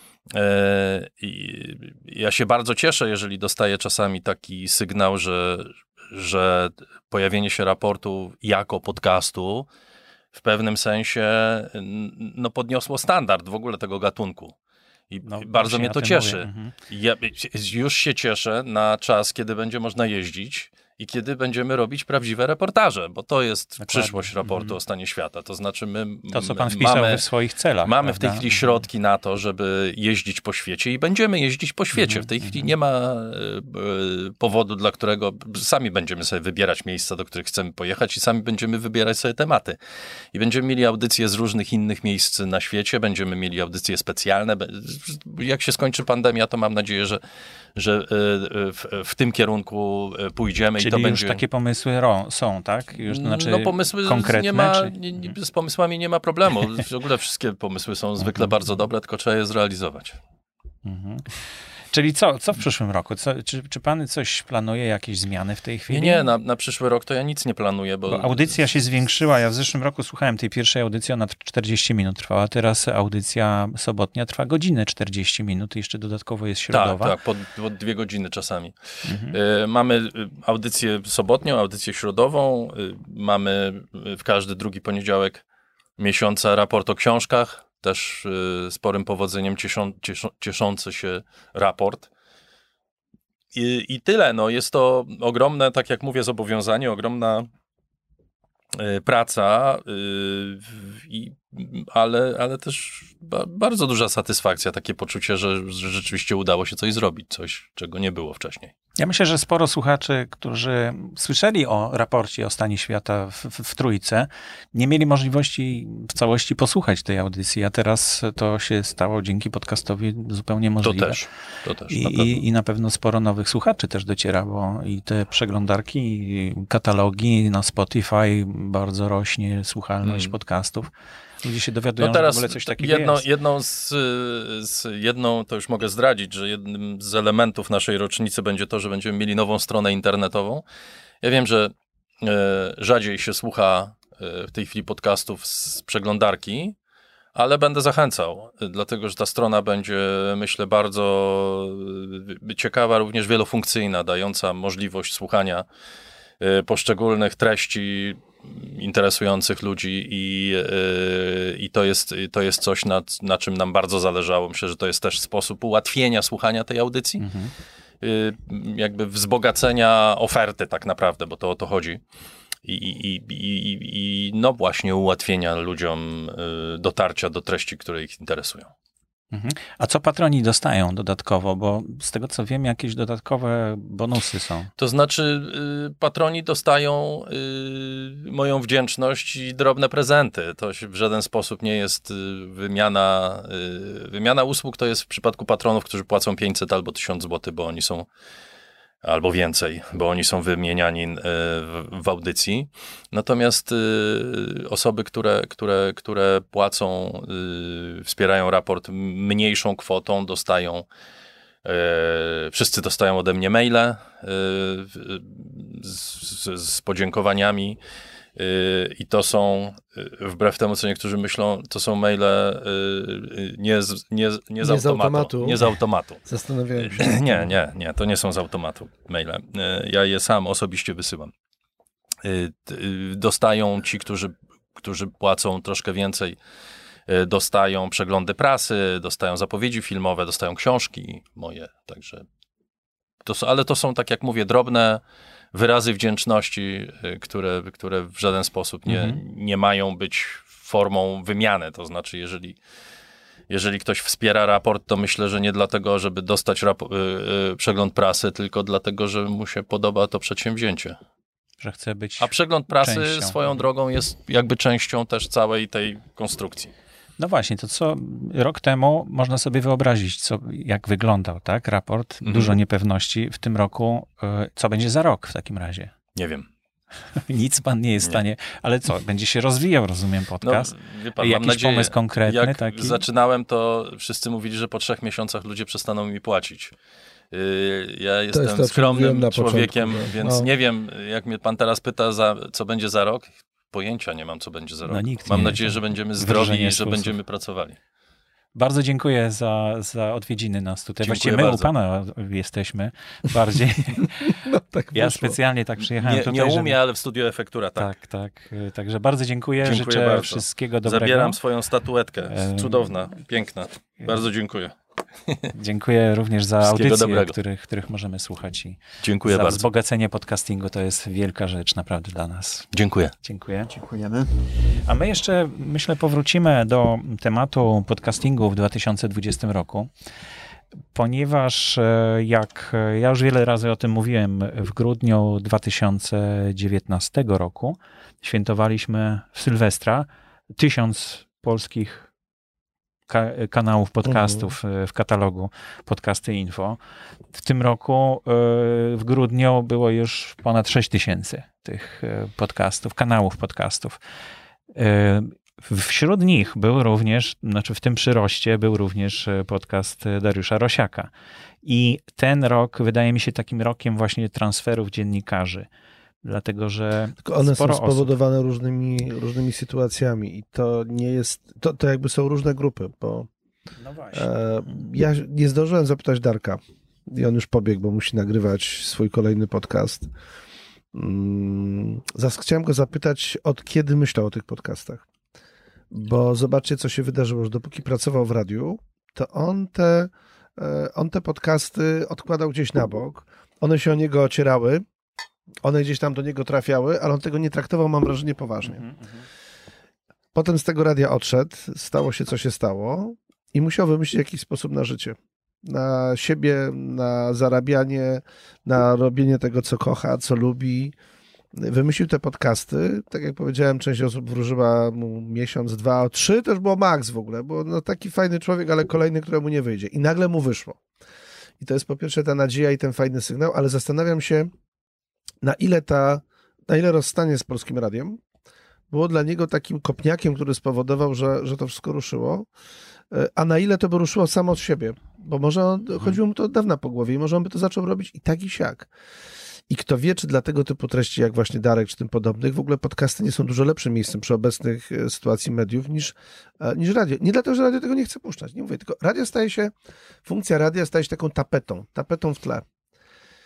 e, i, ja się bardzo cieszę, jeżeli dostaję czasami taki sygnał, że, że pojawienie się raportu jako podcastu w pewnym sensie n- no, podniosło standard w ogóle tego gatunku. I No, bardzo właśnie mnie o to tym cieszy. mówię. Mhm. Ja już się cieszę na czas, kiedy będzie można jeździć i kiedy będziemy robić prawdziwe reportaże, bo to jest Dokładnie. przyszłość raportu Mhm. o stanie świata. To znaczy my To, co my pan wpisał mamy, w swoich celach. mamy w tej prawda? chwili środki na to, żeby jeździć po świecie i będziemy jeździć po świecie. Mhm, W tej chwili mhm. nie ma e, e, powodu, dla którego sami będziemy sobie wybierać miejsca, do których chcemy pojechać i sami będziemy wybierać sobie tematy. I będziemy mieli audycje z różnych innych miejsc na świecie, będziemy mieli audycje specjalne. Be- Jak się skończy pandemia, to mam nadzieję, że, że e, w, w tym kierunku e, pójdziemy Czyli i to już będzie... takie pomysły ro, są, tak? Już, to znaczy no pomysły konkretne? nie ma, czy... nie, nie, z pomysłami nie ma problemu. W ogóle wszystkie pomysły są zwykle bardzo dobre, tylko trzeba je zrealizować. Mhm. Czyli co, co w przyszłym roku? Co, czy, czy pan coś planuje, jakieś zmiany w tej chwili? Nie, nie, na, na przyszły rok to ja nic nie planuję, bo... Bo audycja się zwiększyła. Ja w zeszłym roku słuchałem tej pierwszej audycji, ona czterdzieści minut trwała. Teraz audycja sobotnia trwa godzinę czterdzieści minut i jeszcze dodatkowo jest Tak, środowa. tak, po, po dwie godziny czasami. Mhm. Y, mamy y, audycję sobotnią, audycję środową, y, mamy y, w każdy drugi poniedziałek miesiąca raport o książkach, też y, sporym powodzeniem cieszą, cieszą, cieszący się raport. I, I tyle, no jest to ogromne, tak jak mówię, zobowiązanie, ogromna y, praca, y, i, ale, ale też ba, bardzo duża satysfakcja, takie poczucie, że, że rzeczywiście udało się coś zrobić, coś, czego nie było wcześniej. Ja myślę, że sporo słuchaczy, którzy słyszeli o raporcie o stanie świata w, w, w Trójce, nie mieli możliwości w całości posłuchać tej audycji, a teraz to się stało dzięki podcastowi zupełnie To możliwe. też, to też. I, na pewno. i, I na pewno sporo nowych słuchaczy też dociera, bo i te przeglądarki, i katalogi na Spotify, bardzo rośnie słuchalność Mm. podcastów. Ludzie się dowiadują, No teraz że w ogóle coś takiego jedno, jest. jedną z, z jedną, to już mogę zdradzić, że jednym z elementów naszej rocznicy będzie to, że będziemy mieli nową stronę internetową. Ja wiem, że e, rzadziej się słucha e, w tej chwili podcastów z przeglądarki, ale będę zachęcał, e, dlatego że ta strona będzie, myślę, bardzo e, ciekawa, również wielofunkcyjna, dająca możliwość słuchania e, poszczególnych treści interesujących ludzi i, yy, i to, jest, to jest coś, na, na czym nam bardzo zależało. Myślę, że to jest też sposób ułatwienia słuchania tej audycji, Mhm. yy, jakby wzbogacenia oferty tak naprawdę, bo to o to chodzi. i, i, i, i, i no właśnie ułatwienia ludziom dotarcia do treści, które ich interesują. Mhm. A co patroni dostają dodatkowo? Bo z tego co wiem, jakieś dodatkowe bonusy są. To znaczy y, patroni dostają y, moją wdzięczność i drobne prezenty. To się w żaden sposób nie jest y, wymiana, y, wymiana usług. To jest w przypadku patronów, którzy płacą pięćset albo tysiąc złotych, bo oni są albo więcej, bo oni są wymieniani w, w audycji. Natomiast y, osoby, które, które, które płacą, y, wspierają raport mniejszą kwotą, dostają, y, wszyscy dostają ode mnie maile y, z, z podziękowaniami y, i to są, y, wbrew temu, co niektórzy myślą, to są maile y, nie, z, nie, nie, z, nie z automatu, automatu. Nie z automatu. Zastanawiałem się. Nie, nie, nie, to nie są z automatu maile. Ja je sam osobiście wysyłam. Dostają ci, którzy, którzy płacą troszkę więcej, dostają przeglądy prasy, dostają zapowiedzi filmowe, dostają książki moje, także to są, ale to są, tak jak mówię, drobne wyrazy wdzięczności, które, które w żaden sposób nie, mhm. nie mają być formą wymiany, to znaczy jeżeli Jeżeli ktoś wspiera raport, to myślę, że nie dlatego, żeby dostać rap- yy, przegląd prasy, tylko dlatego, że mu się podoba to przedsięwzięcie. Że chce być A przegląd prasy częścią. swoją drogą jest jakby częścią też całej tej konstrukcji. No właśnie, to co rok temu można sobie wyobrazić, co, jak wyglądał, tak? Raport, mhm. dużo niepewności. W tym roku, yy, co będzie za rok w takim razie? Nie wiem. Nic pan nie jest w stanie, ale co, będzie się rozwijał, rozumiem, podcast? No, wie pan, Jakiś mam nadzieję, pomysł konkretny jak taki? zaczynałem, to wszyscy mówili, że po trzech miesiącach ludzie przestaną mi płacić. Yy, ja jestem to, skromnym człowiekiem, początku, więc no. nie wiem, jak mnie pan teraz pyta, za, co będzie za rok, pojęcia nie mam, co będzie za rok. No, nikt mam nie nadzieję, jest. że będziemy zdrowi i że sposób. będziemy pracowali. Bardzo dziękuję za, za odwiedziny nas tutaj. Dziękuję Właściwie my bardzo. u pana jesteśmy bardziej. No, tak Ja wyszło. specjalnie tak przyjechałem Nie, tutaj, nie umie, żeby... ale w studiu efektura, tak. Tak, tak. Także bardzo dziękuję. Dziękuję Życzę bardzo. wszystkiego dobrego. Zabieram swoją statuetkę. Em, Cudowna, piękna. Bardzo dziękuję. Dziękuję również za Wszystkiego audycje, dobrego. których, których możemy słuchać. I Dziękuję za bardzo. wzbogacenie podcastingu to jest wielka rzecz naprawdę dla nas. Dziękuję. Dziękuję. Dziękujemy. A my jeszcze, myślę, powrócimy do tematu podcastingu w dwa tysiące dwudziestym roku, ponieważ jak ja już wiele razy o tym mówiłem, w grudniu dwa tysiące dziewiętnastego roku świętowaliśmy w Sylwestra tysiąc polskich ka- kanałów podcastów w katalogu Podcasty Info. W tym roku w grudniu było już ponad sześć tysięcy tych podcastów, kanałów podcastów. Wśród nich był również, znaczy w tym przyroście był również podcast Dariusza Rosiaka. I ten rok wydaje mi się takim rokiem właśnie transferów dziennikarzy. Dlatego, że Tylko one sporo są spowodowane różnymi, różnymi sytuacjami i to nie jest, to, to jakby są różne grupy, bo no właśnie. e, ja nie zdążyłem zapytać Darka i on już pobiegł, bo musi nagrywać swój kolejny podcast. Mm, zas chciałem go zapytać, od kiedy myślał o tych podcastach, bo zobaczcie, co się wydarzyło, że dopóki pracował w radiu, to on te, e, on te podcasty odkładał gdzieś na bok, one się o niego ocierały, one gdzieś tam do niego trafiały, ale on tego nie traktował, mam wrażenie, poważnie. Mm-hmm. Potem z tego radia odszedł, stało się, co się stało i musiał wymyślić jakiś sposób na życie. Na siebie, na zarabianie, na robienie tego, co kocha, co lubi. Wymyślił te podcasty. Tak jak powiedziałem, część osób wróżyła mu miesiąc, dwa, trzy, to już było maks w ogóle, bo no taki fajny człowiek, ale kolejny, któremu nie wyjdzie. I nagle mu wyszło. I to jest po pierwsze ta nadzieja i ten fajny sygnał, ale zastanawiam się, na ile ta, na ile rozstanie z Polskim Radiem było dla niego takim kopniakiem, który spowodował, że, że to wszystko ruszyło, a na ile to by ruszyło samo od siebie, bo może on, chodziło mu to od dawna po głowie i może on by to zaczął robić i tak i siak. I kto wie, czy dla tego typu treści, jak właśnie Darek, czy tym podobnych, w ogóle podcasty nie są dużo lepszym miejscem przy obecnych sytuacji mediów niż, niż radio. Nie dlatego, że radio tego nie chce puszczać, nie mówię, tylko radio staje się, funkcja radia staje się taką tapetą, tapetą w tle.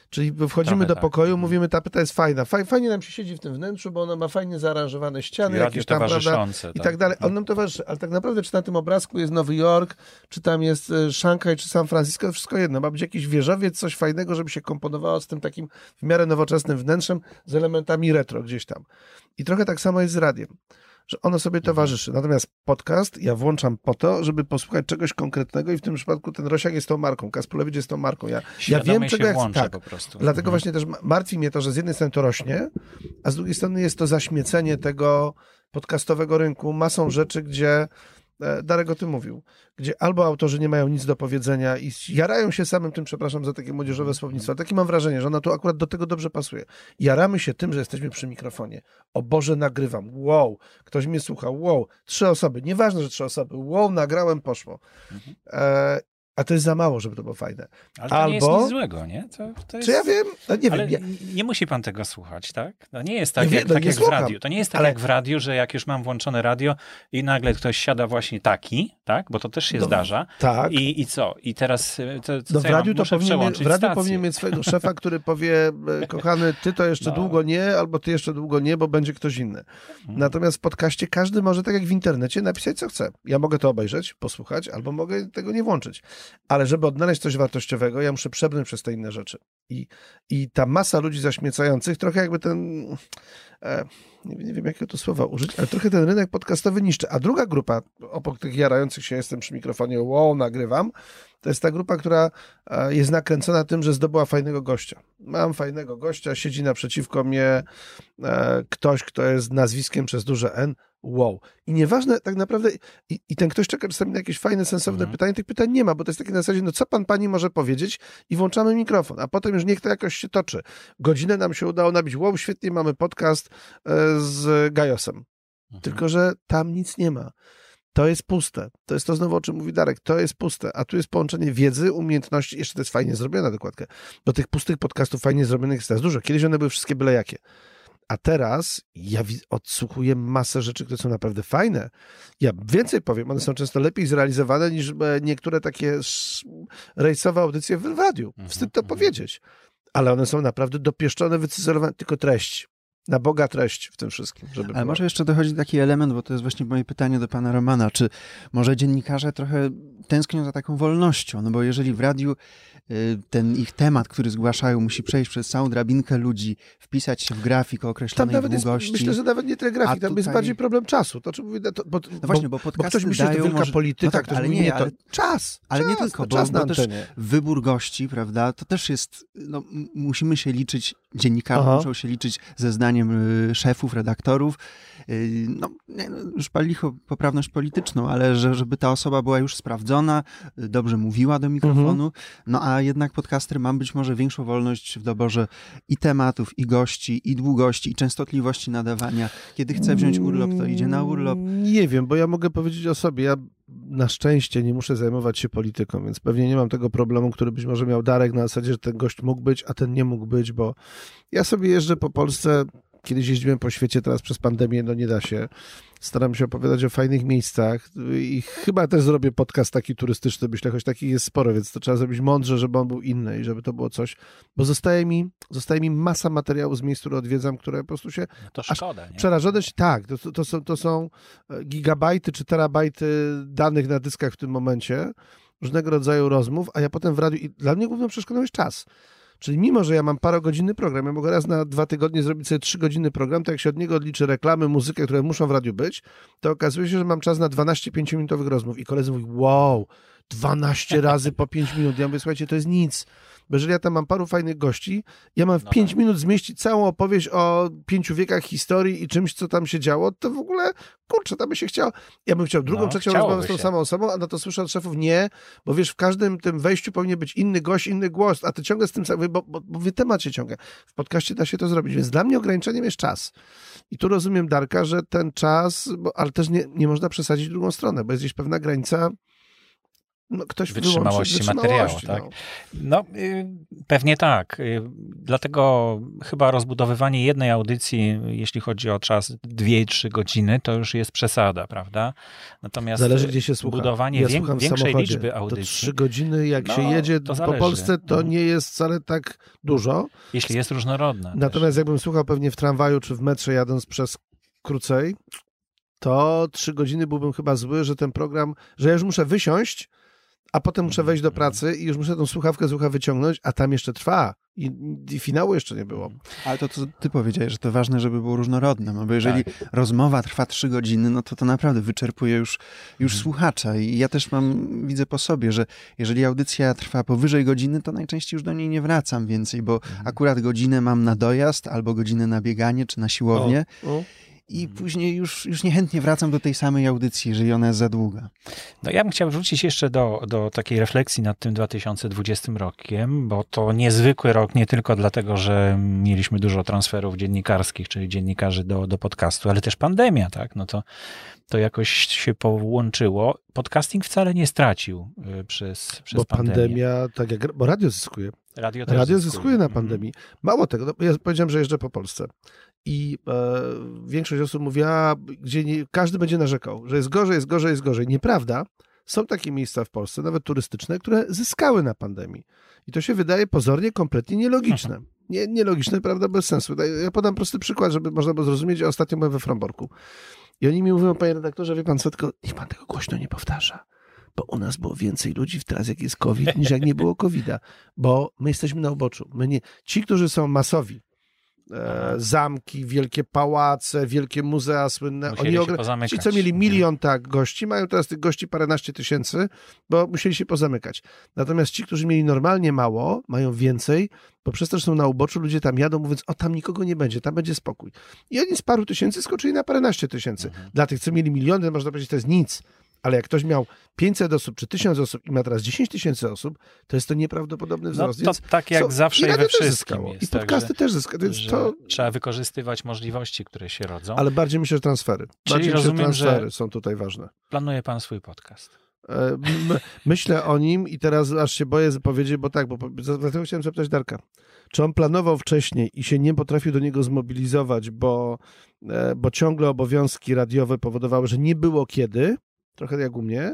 Czyli wchodzimy Trochę do tak. pokoju, mówimy, ta płyta jest fajna. Faj, fajnie nam się siedzi w tym wnętrzu, bo ona ma fajnie zaaranżowane ściany, Radio jakieś tam, prawda, towarzyszące, i tak. tak dalej. On nam towarzyszy, ale tak naprawdę czy na tym obrazku jest Nowy Jork, czy tam jest e, Szanghaj, czy San Francisco, to wszystko jedno. Ma być jakiś wieżowiec, coś fajnego, żeby się komponowało z tym takim w miarę nowoczesnym wnętrzem, z elementami retro gdzieś tam. I trochę tak samo jest z radiem, że ono sobie towarzyszy. Natomiast podcast ja włączam po to, żeby posłuchać czegoś konkretnego i w tym przypadku ten Rosiak jest tą marką, Kasprolewicz jest tą marką. Ja, ja wiem, czego ja chcę. Tak. Po prostu. Dlatego Mhm. właśnie też martwi mnie to, że z jednej strony to rośnie, a z drugiej strony jest to zaśmiecenie tego podcastowego rynku masą rzeczy, gdzie Darek o tym mówił, gdzie albo autorzy nie mają nic do powiedzenia i jarają się samym tym, przepraszam za takie młodzieżowe słownictwo, ale takie mam wrażenie, że ona tu akurat do tego dobrze pasuje. Jaramy się tym, że jesteśmy przy mikrofonie. O Boże, nagrywam. Wow. Ktoś mnie słucha. Wow. Trzy osoby. Nieważne, że trzy osoby. Wow, nagrałem, poszło. Mhm. E, a to jest za mało, żeby to było fajne. Ale to albo... nie jest nic złego, nie? To, to jest... Czy ja wiem? No nie ale wiem. Ja... nie musi pan tego słuchać, tak? No nie jest tak, nie jak, wiem, no tak nie jak w słucham. radiu. To nie jest tak ale... jak w radiu, że jak już mam włączone radio i nagle ktoś siada właśnie taki, tak? Bo to też się no, zdarza. Tak. I, I co? I teraz to, to no, co w radiu ja mam? to powinien, przełączyć w radiu stację. powinien mieć swojego szefa, który powie, kochany, ty to jeszcze no. długo nie, albo ty jeszcze długo nie, bo będzie ktoś inny. Hmm. Natomiast w podcaście każdy może, tak jak w internecie, napisać co chce. Ja mogę to obejrzeć, posłuchać, albo mogę tego nie włączyć. Ale żeby odnaleźć coś wartościowego, ja muszę przebrnąć przez te inne rzeczy. I, i ta masa ludzi zaśmiecających, trochę jakby ten, e, nie, nie wiem jakiego to słowa użyć, ale trochę ten rynek podcastowy niszczy. A druga grupa, obok tych jarających się, jestem przy mikrofonie, wow, nagrywam, to jest ta grupa, która e, jest nakręcona tym, że zdobyła fajnego gościa. Mam fajnego gościa, siedzi naprzeciwko mnie e, ktoś, kto jest nazwiskiem przez duże N, wow. I nieważne tak naprawdę, i, i ten ktoś czeka czasami na jakieś fajne, sensowne mhm. pytanie, tych pytań nie ma, bo to jest takie na zasadzie, no co pan, pani może powiedzieć i włączamy mikrofon, a potem już niech to jakoś się toczy. Godzinę nam się udało nabić, wow, świetnie, mamy podcast e, z Gajosem. Mhm. Tylko że tam nic nie ma. To jest puste. To jest to znowu, o czym mówi Darek. To jest puste. A tu jest połączenie wiedzy, umiejętności. Jeszcze to jest fajnie zrobiona dokładka. Do tych pustych podcastów fajnie zrobionych jest teraz dużo. Kiedyś one były wszystkie byle jakie. A teraz ja odsłuchuję masę rzeczy, które są naprawdę fajne. Ja więcej powiem, one są często lepiej zrealizowane niż niektóre takie rejsowe audycje w radiu. Wstyd to powiedzieć. Ale one są naprawdę dopieszczone, wycyzelowane, tylko treść. Na Boga treść w tym wszystkim. Żeby Ale była. może jeszcze dochodzi taki element, bo to jest właśnie moje pytanie do pana Romana, czy może dziennikarze trochę tęsknią za taką wolnością, no bo jeżeli w radiu ten ich temat, który zgłaszają, musi przejść przez całą drabinkę ludzi, wpisać się w grafik o określonej tam nawet długości. Jest, myślę, że nawet nie tyle grafik, tam tutaj... jest bardziej problem czasu. To, czy mówię, to, bo, no właśnie, bo, bo ktoś myśli, że to wielka może... polityka, no tak, ktoś ale mówi, nie, nie, to ale... czas. Ale czas, nie tylko, bo, czas bo też wybór gości, prawda, to też jest, no, musimy się liczyć, dziennikarze Aha. muszą się liczyć ze zdaniem y, szefów, redaktorów, y, no, nie, no już pali licho poprawność polityczną, ale że, żeby ta osoba była już sprawdzona, y, dobrze mówiła do mikrofonu, mhm. no a jednak podcaster ma być może większą wolność w doborze i tematów, i gości, i długości, i częstotliwości nadawania. Kiedy chce wziąć urlop, to idzie na urlop. Nie wiem, bo ja mogę powiedzieć o sobie, ja na szczęście nie muszę zajmować się polityką, więc pewnie nie mam tego problemu, który być może miał Darek na zasadzie, że ten gość mógł być, a ten nie mógł być, bo ja sobie jeżdżę po Polsce, kiedyś jeździłem po świecie, teraz przez pandemię, no nie da się. Staram się opowiadać o fajnych miejscach i chyba też zrobię podcast taki turystyczny, myślę, choć takich jest sporo, więc to trzeba zrobić mądrze, żeby on był inny i żeby to było coś, bo zostaje mi, zostaje mi masa materiału z miejsc, które odwiedzam, które po prostu się no to szkoda, nie? przerażone się, tak, to, to, są, to są gigabajty czy terabajty danych na dyskach w tym momencie, różnego rodzaju rozmów, a ja potem w radiu i dla mnie główną przeszkodą jest czas. Czyli mimo, że ja mam parogodzinny program, ja mogę raz na dwa tygodnie zrobić sobie trzygodzinny program, to jak się od niego odliczy reklamy, muzykę, które muszą w radiu być, to okazuje się, że mam czas na dwanaście pięciominutowych rozmów i koledzy mówią, wow, dwanaście razy po pięć minut. Ja mówię, słuchajcie, to jest nic. Bo jeżeli ja tam mam paru fajnych gości, ja mam w no pięć tak. minut zmieścić całą opowieść o pięciu wiekach historii i czymś, co tam się działo, to w ogóle, kurczę, tam by się chciało. Ja bym chciał drugą, no, trzecią rozmowę z tą samą osobą, a na to słyszę od szefów, nie, bo wiesz, w każdym tym wejściu powinien być inny gość, inny głos, a ty ciągle z tym samym, bo, bo, bo temat się ciąga. W podcaście da się to zrobić, więc dla mnie ograniczeniem jest czas. I tu rozumiem, Darka, że ten czas, bo, ale też nie, nie można przesadzić w drugą stronę, bo jest gdzieś pewna granica no, ktoś wytrzymałości, wytrzymałości materiału. Tak? No, no y, pewnie tak. Y, dlatego chyba rozbudowywanie jednej audycji, jeśli chodzi o czas dwie trzy godziny, to już jest przesada, prawda? Natomiast zależy, gdzie się słucha. budowanie ja wiek, większej liczby audycji. To trzy godziny, jak no, się jedzie to po Polsce, to no. nie jest wcale tak dużo. Jeśli jest różnorodna. Natomiast też. jakbym słuchał pewnie w tramwaju czy w metrze jadąc przez krócej, to trzy godziny byłbym chyba zły, że ten program, że ja już muszę wysiąść, a potem muszę wejść do pracy i już muszę tą słuchawkę z ucha wyciągnąć, a tam jeszcze trwa. I, i finału jeszcze nie było. Ale to, co ty powiedziałeś, że to ważne, żeby było różnorodne, no bo jeżeli tak. rozmowa trwa trzy godziny, no to to naprawdę wyczerpuje już, już hmm. słuchacza. I ja też mam, widzę po sobie, że jeżeli audycja trwa powyżej godziny, to najczęściej już do niej nie wracam więcej, bo hmm. akurat godzinę mam na dojazd, albo godzinę na bieganie, czy na siłownię. O, o. I później już, już niechętnie wracam do tej samej audycji, jeżeli ona jest za długa. No ja bym chciał wrócić jeszcze do, do takiej refleksji nad tym dwa tysiące dwudziestym rokiem, bo to niezwykły rok nie tylko dlatego, że mieliśmy dużo transferów dziennikarskich, czyli dziennikarzy do, do podcastu, ale też pandemia, tak? No to, to jakoś się połączyło. Podcasting wcale nie stracił przez, przez bo pandemię. Bo pandemia, tak jak, bo radio zyskuje. Radio, też radio zyskuje. zyskuje na pandemii. Mało tego, no, ja powiedziałem, że jeżdżę po Polsce. I e, większość osób mówi, a gdzie nie, każdy będzie narzekał, że jest gorzej, jest gorzej, jest gorzej. Nieprawda. Są takie miejsca w Polsce, nawet turystyczne, które zyskały na pandemii. I to się wydaje pozornie kompletnie nielogiczne. Nie, nielogiczne, prawda, bez sensu. Ja podam prosty przykład, żeby można było zrozumieć. Ostatnio byłem we Fromborku. I oni mi mówią, panie redaktorze, wie pan co, tylko niech pan tego głośno nie powtarza. Bo u nas było więcej ludzi teraz, jak jest COVID, niż jak nie było kowida. Bo my jesteśmy na uboczu. My nie, ci, którzy są masowi, E, zamki, wielkie pałace, wielkie muzea słynne. Musieli Oni się ogr... Ci, co mieli milion tak gości, mają teraz tych gości paręnaście tysięcy, bo musieli się pozamykać. Natomiast ci, którzy mieli normalnie mało, mają więcej, bo przez to, że są na uboczu, ludzie tam jadą, mówiąc, o, tam nikogo nie będzie, tam będzie spokój. I oni z paru tysięcy skoczyli na paręnaście tysięcy. Mhm. Dla tych, co mieli miliony, można powiedzieć, to jest nic. Ale jak ktoś miał pięćset osób czy tysiąc osób i ma teraz dziesięć tysięcy osób, to jest to nieprawdopodobny wzrost. No to Więc tak jak co, zawsze i, i we wszystkim jest. I podcasty tak, też zyskały. To... Trzeba wykorzystywać możliwości, które się rodzą. Ale bardziej myślę, że transfery. Czyli bardziej rozumiem, transfery że są tutaj ważne. Planuje pan swój podcast? My, myślę o nim i teraz aż się boję powiedzieć, bo tak, bo dlatego chciałem zapytać Darka. Czy on planował wcześniej i się nie potrafił do niego zmobilizować, bo, bo ciągle obowiązki radiowe powodowały, że nie było kiedy, trochę jak u mnie,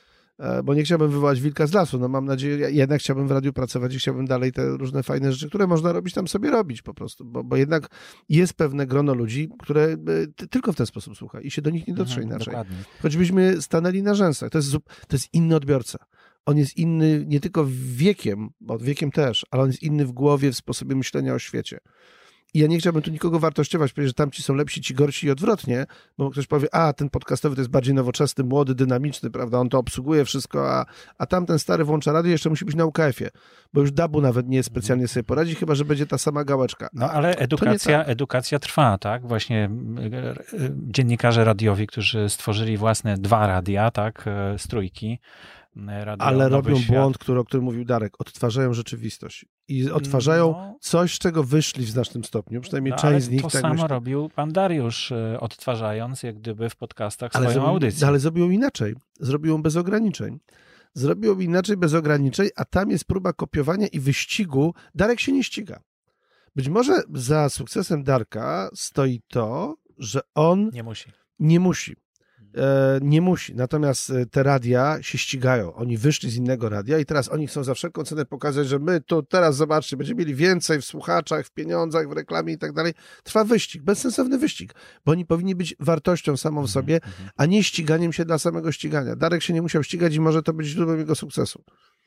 bo nie chciałbym wywołać wilka z lasu, no mam nadzieję, ja jednak chciałbym w radiu pracować i chciałbym dalej te różne fajne rzeczy, które można robić, tam sobie robić po prostu, bo, bo jednak jest pewne grono ludzi, które ty, tylko w ten sposób słucha i się do nich nie dotrze mhm, inaczej. Dokładnie. Choćbyśmy stanęli na rzęsach, to jest, to jest inny odbiorca. On jest inny nie tylko wiekiem, bo wiekiem też, ale on jest inny w głowie, w sposobie myślenia o świecie. I ja nie chciałbym tu nikogo wartościować, powiedzieć, że tamci są lepsi, ci gorsi i odwrotnie, bo ktoś powie, a ten podcastowy to jest bardziej nowoczesny, młody, dynamiczny, prawda, on to obsługuje wszystko, a, a tamten stary włącza radio, jeszcze musi być na U K F-ie, bo już dabu nawet nie specjalnie sobie poradzi, chyba że będzie ta sama gałeczka. No ale edukacja, tak. edukacja trwa, tak? Właśnie dziennikarze radiowi, którzy stworzyli własne dwa radia, tak, z trójki, Radio ale Nowy robią Świat. błąd, który, o którym mówił Darek. Odtwarzają rzeczywistość. I odtwarzają no. coś, z czego wyszli w znacznym stopniu. Przynajmniej no, część z nich. To tak samo myślę. robił pan Dariusz, odtwarzając jak gdyby w podcastach ale swoją zrobił, audycję. Ale zrobił inaczej. Zrobił bez ograniczeń. Zrobił inaczej, bez ograniczeń, a tam jest próba kopiowania i wyścigu. Darek się nie ściga. Być może za sukcesem Darka stoi to, że on nie musi. Nie musi. E, nie musi. Natomiast te radia się ścigają. Oni wyszli z innego radia i teraz oni chcą za wszelką cenę pokazać, że my to teraz, zobaczcie, będziemy mieli więcej w słuchaczach, w pieniądzach, w reklamie i tak dalej. Trwa wyścig, bezsensowny wyścig, bo oni powinni być wartością samą w sobie, a nie ściganiem się dla samego ścigania. Darek się nie musiał ścigać i może to być źródłem jego sukcesu.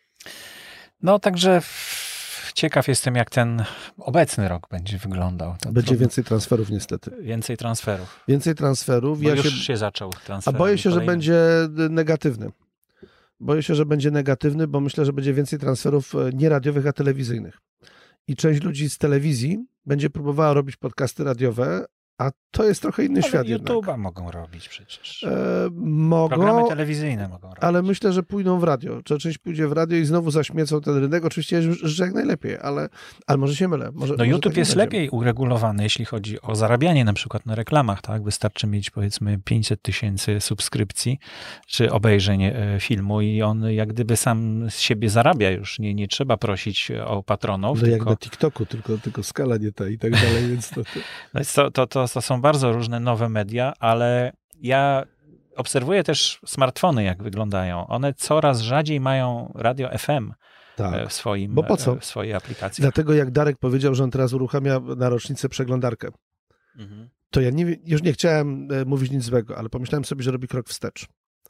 No także ciekaw jestem, jak ten obecny rok będzie wyglądał. To będzie trudno. Więcej transferów niestety. Więcej transferów. Więcej transferów. Bo ja już się... się zaczął transfer. A boję się, kolejny. że będzie negatywny. Boję się, że będzie negatywny, bo myślę, że będzie więcej transferów nie radiowych, a telewizyjnych. I część ludzi z telewizji będzie próbowała robić podcasty radiowe, A to jest trochę inny ale świat YouTube'a jednak. mogą robić przecież. E, mogą, Programy telewizyjne mogą robić. ale myślę, że pójdą w radio. Czy część pójdzie w radio i znowu zaśmiecą ten rynek. Oczywiście życzę jak najlepiej, ale, ale może się mylę. Może, no może YouTube tak jest będzie. lepiej uregulowany, jeśli chodzi o zarabianie na przykład na reklamach, tak? Wystarczy mieć powiedzmy pięćset tysięcy subskrypcji czy obejrzeń e, filmu i on jak gdyby sam z siebie zarabia już. Nie, nie trzeba prosić o patronów. No jak tylko... na TikToku, tylko, tylko skala nie ta i tak dalej, więc to... to... No to, to, to, to są bardzo różne nowe media, ale ja obserwuję też smartfony, jak wyglądają. One coraz rzadziej mają radio F M Tak. w, swoim, Bo po co? w swojej aplikacji. Dlatego jak Darek powiedział, że on teraz uruchamia na rocznicę przeglądarkę, Mhm. to ja nie, już nie chciałem e, mówić nic złego, ale pomyślałem sobie, że robi krok wstecz.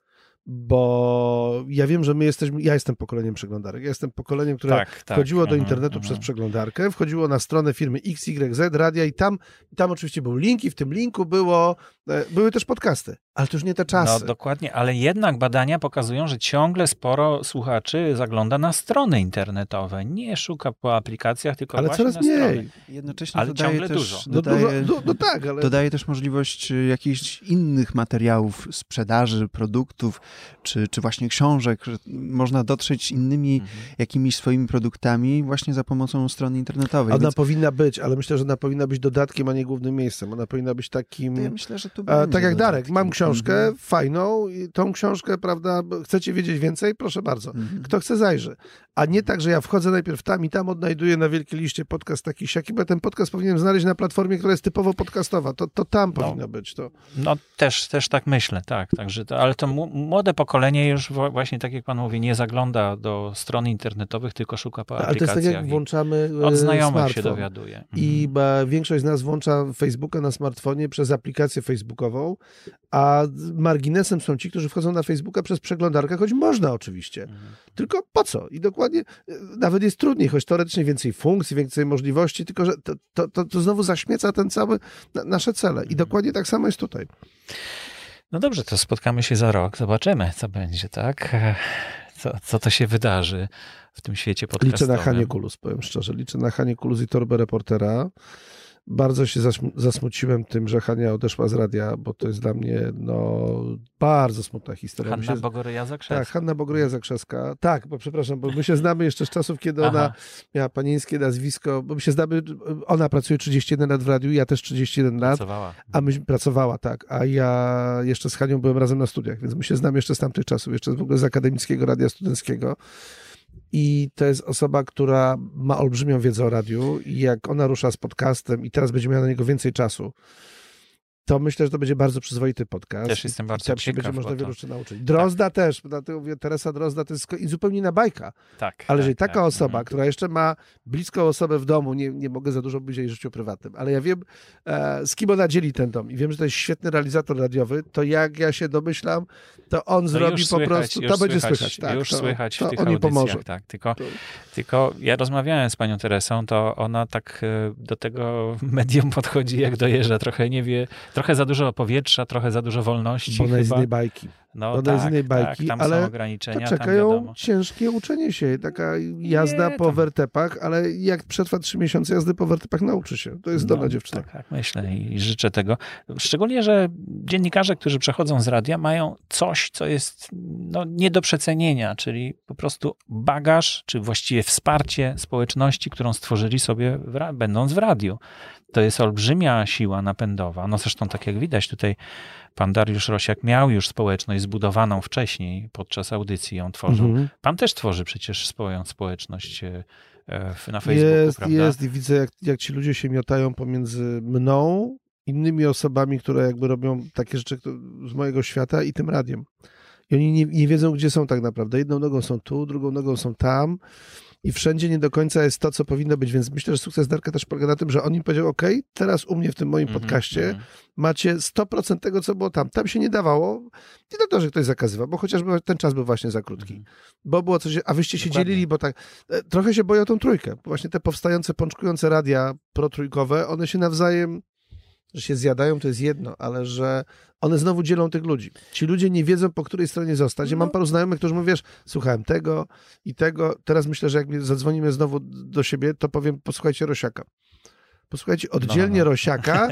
Bo ja wiem, że my jesteśmy, ja jestem pokoleniem przeglądarek. Ja jestem pokoleniem, które Tak, tak. wchodziło do Mhm, internetu mhm. przez przeglądarkę, wchodziło na stronę firmy X Y Z radia i tam, tam oczywiście był link i w tym linku było, e, były też podcasty, ale to już nie te czasy. No dokładnie, ale jednak badania pokazują, że ciągle sporo słuchaczy zagląda na strony internetowe. Nie szuka po aplikacjach, tylko Ale właśnie coraz na mniej. strony. Jednocześnie Ale dodaje ciągle też, dużo. No, dodaje, dużo, no, no tak, ale... dodaje też możliwość y, jakichś innych materiałów, sprzedaży produktów, czy, czy właśnie książek, że można dotrzeć innymi Mhm. jakimiś swoimi produktami właśnie za pomocą strony internetowej. Ona Więc powinna być, ale myślę, że ona powinna być dodatkiem, a nie głównym miejscem. Ona powinna być takim... to ja myślę, że tu A, będzie tak jak Darek, dodatkiem. mam książkę Mhm. fajną i tą książkę, prawda, chcecie wiedzieć więcej? Proszę bardzo. Mhm. Kto chce, zajrzy. A nie tak, że ja wchodzę najpierw tam i tam odnajduję na wielkiej liście podcast taki siaki, bo ja ten podcast powinienem znaleźć na platformie, która jest typowo podcastowa. To, to tam No. powinno być. To. No też, też tak myślę, tak. Także to, ale to mu- młode pokolenie już wo- właśnie, tak jak pan mówi, nie zagląda do stron internetowych, tylko szuka po Ale to jest tak, aplikacjach. jak i włączamy od e, znajomych się smartfon. dowiaduje. Mhm. I ba, większość z nas włącza Facebooka na smartfonie przez aplikację facebookową, a marginesem są ci, którzy wchodzą na Facebooka przez przeglądarkę, choć można oczywiście. Mhm. Tylko po co? I dokładnie, e, nawet jest trudniej, choć teoretycznie więcej funkcji, więcej możliwości, tylko że to, to, to, to znowu zaśmieca ten cały, na, nasze cele. I dokładnie tak samo jest tutaj. No dobrze, to spotkamy się za rok, zobaczymy, co będzie, tak? Co, co to się wydarzy w tym świecie podcastowym. Liczę na Hanię Kulus, powiem szczerze. Liczę na Hanię Kulus i torbę reportera. Bardzo się zasmu- zasmuciłem tym, że Hania odeszła z radia, bo to jest dla mnie no, bardzo smutna historia. My Hanna się... Bogoryja Zakrzewska. Tak, Hanna Bogoryja Zakrzeska. Tak, bo przepraszam, bo my się znamy jeszcze z czasów, kiedy ona Aha. miała panieńskie nazwisko, bo my się znamy, ona pracuje trzydzieści jeden lat w radiu, ja też trzydzieści jeden lat, Pracowała. a my pracowała, tak, a ja jeszcze z Hanią byłem razem na studiach, więc my się znamy jeszcze z tamtych czasów, jeszcze w ogóle z Akademickiego Radia Studenckiego. I to jest osoba, która ma olbrzymią wiedzę o radiu i jak ona rusza z podcastem i teraz będzie miała na niego więcej czasu, to myślę, że to będzie bardzo przyzwoity podcast. Też jestem I bardzo tam się ciekaw, będzie można bo to- wielu rzeczy nauczyć. Drozda też, dlatego mówię, Teresa Drozda to jest sko- zupełnie inna bajka. Tak. Ale tak, jeżeli taka tak. osoba, Mhm. która jeszcze ma bliską osobę w domu, nie, nie mogę za dużo mówić o jej życiu prywatnym, ale ja wiem, e, z kim ona dzieli ten dom i wiem, że to jest świetny realizator radiowy, to jak ja się domyślam, to on No zrobi już po słychać, prostu, już to będzie słychać, słychać. Tak, już to, słychać to w tych on mi audycjach, pomoże. tak. Tylko, To- tylko ja rozmawiałem z panią Teresą, to ona tak e, do tego medium podchodzi jak do jeża. Trochę nie wie, trochę za dużo powietrza, trochę za dużo wolności Bo ona jest z chyba. innej bajki. No ona tak, jest z innej bajki, tak, tam ale są ograniczenia, To tam czekają wiadomo. ciężkie uczenie się, taka jazda Nie, po tam- wertepach, ale jak przetrwa trzy miesiące jazdy po wertepach, nauczy się. To jest zdolna No, dziewczyna. Tak, tak, myślę i życzę tego. Szczególnie, że dziennikarze, którzy przechodzą z radia, mają coś, co jest no, nie do przecenienia, czyli po prostu bagaż, czy właściwie wsparcie społeczności, którą stworzyli sobie w ra- będąc w radiu. To jest olbrzymia siła napędowa. No zresztą tak jak widać tutaj pan Dariusz Rosiak miał już społeczność zbudowaną wcześniej podczas audycji, ją tworzył. Mhm. Pan też tworzy przecież swoją społeczność e, w- na Facebooku, Jest, prawda? jest i widzę, jak, jak ci ludzie się miotają pomiędzy mną, innymi osobami, które jakby robią takie rzeczy kto- z mojego świata i tym radiem. I oni nie, nie wiedzą, gdzie są tak naprawdę. Jedną nogą są tu, drugą nogą są tam i wszędzie nie do końca jest to, co powinno być. Więc myślę, że sukces Darka też polega na tym, że on im powiedział, ok, teraz u mnie w tym moim Mhm, podcaście mhm. macie sto procent tego, co było tam. Tam się nie dawało. Nie to, że ktoś zakazywał, bo chociażby ten czas był właśnie za krótki. Mhm. Bo było coś, a wyście się Dokładnie. dzielili, bo tak, e, trochę się boję o tą trójkę. Bo właśnie te powstające, pączkujące radia protrójkowe, one się nawzajem, że się zjadają, to jest jedno, ale że one znowu dzielą tych ludzi. Ci ludzie nie wiedzą, po której stronie zostać. Ja mam paru znajomych, którzy mówią, wiesz, słuchałem tego i tego. Teraz myślę, że jak mi zadzwonimy znowu do siebie, to powiem, posłuchajcie Rosiaka. Posłuchajcie oddzielnie no, no. Rosiaka,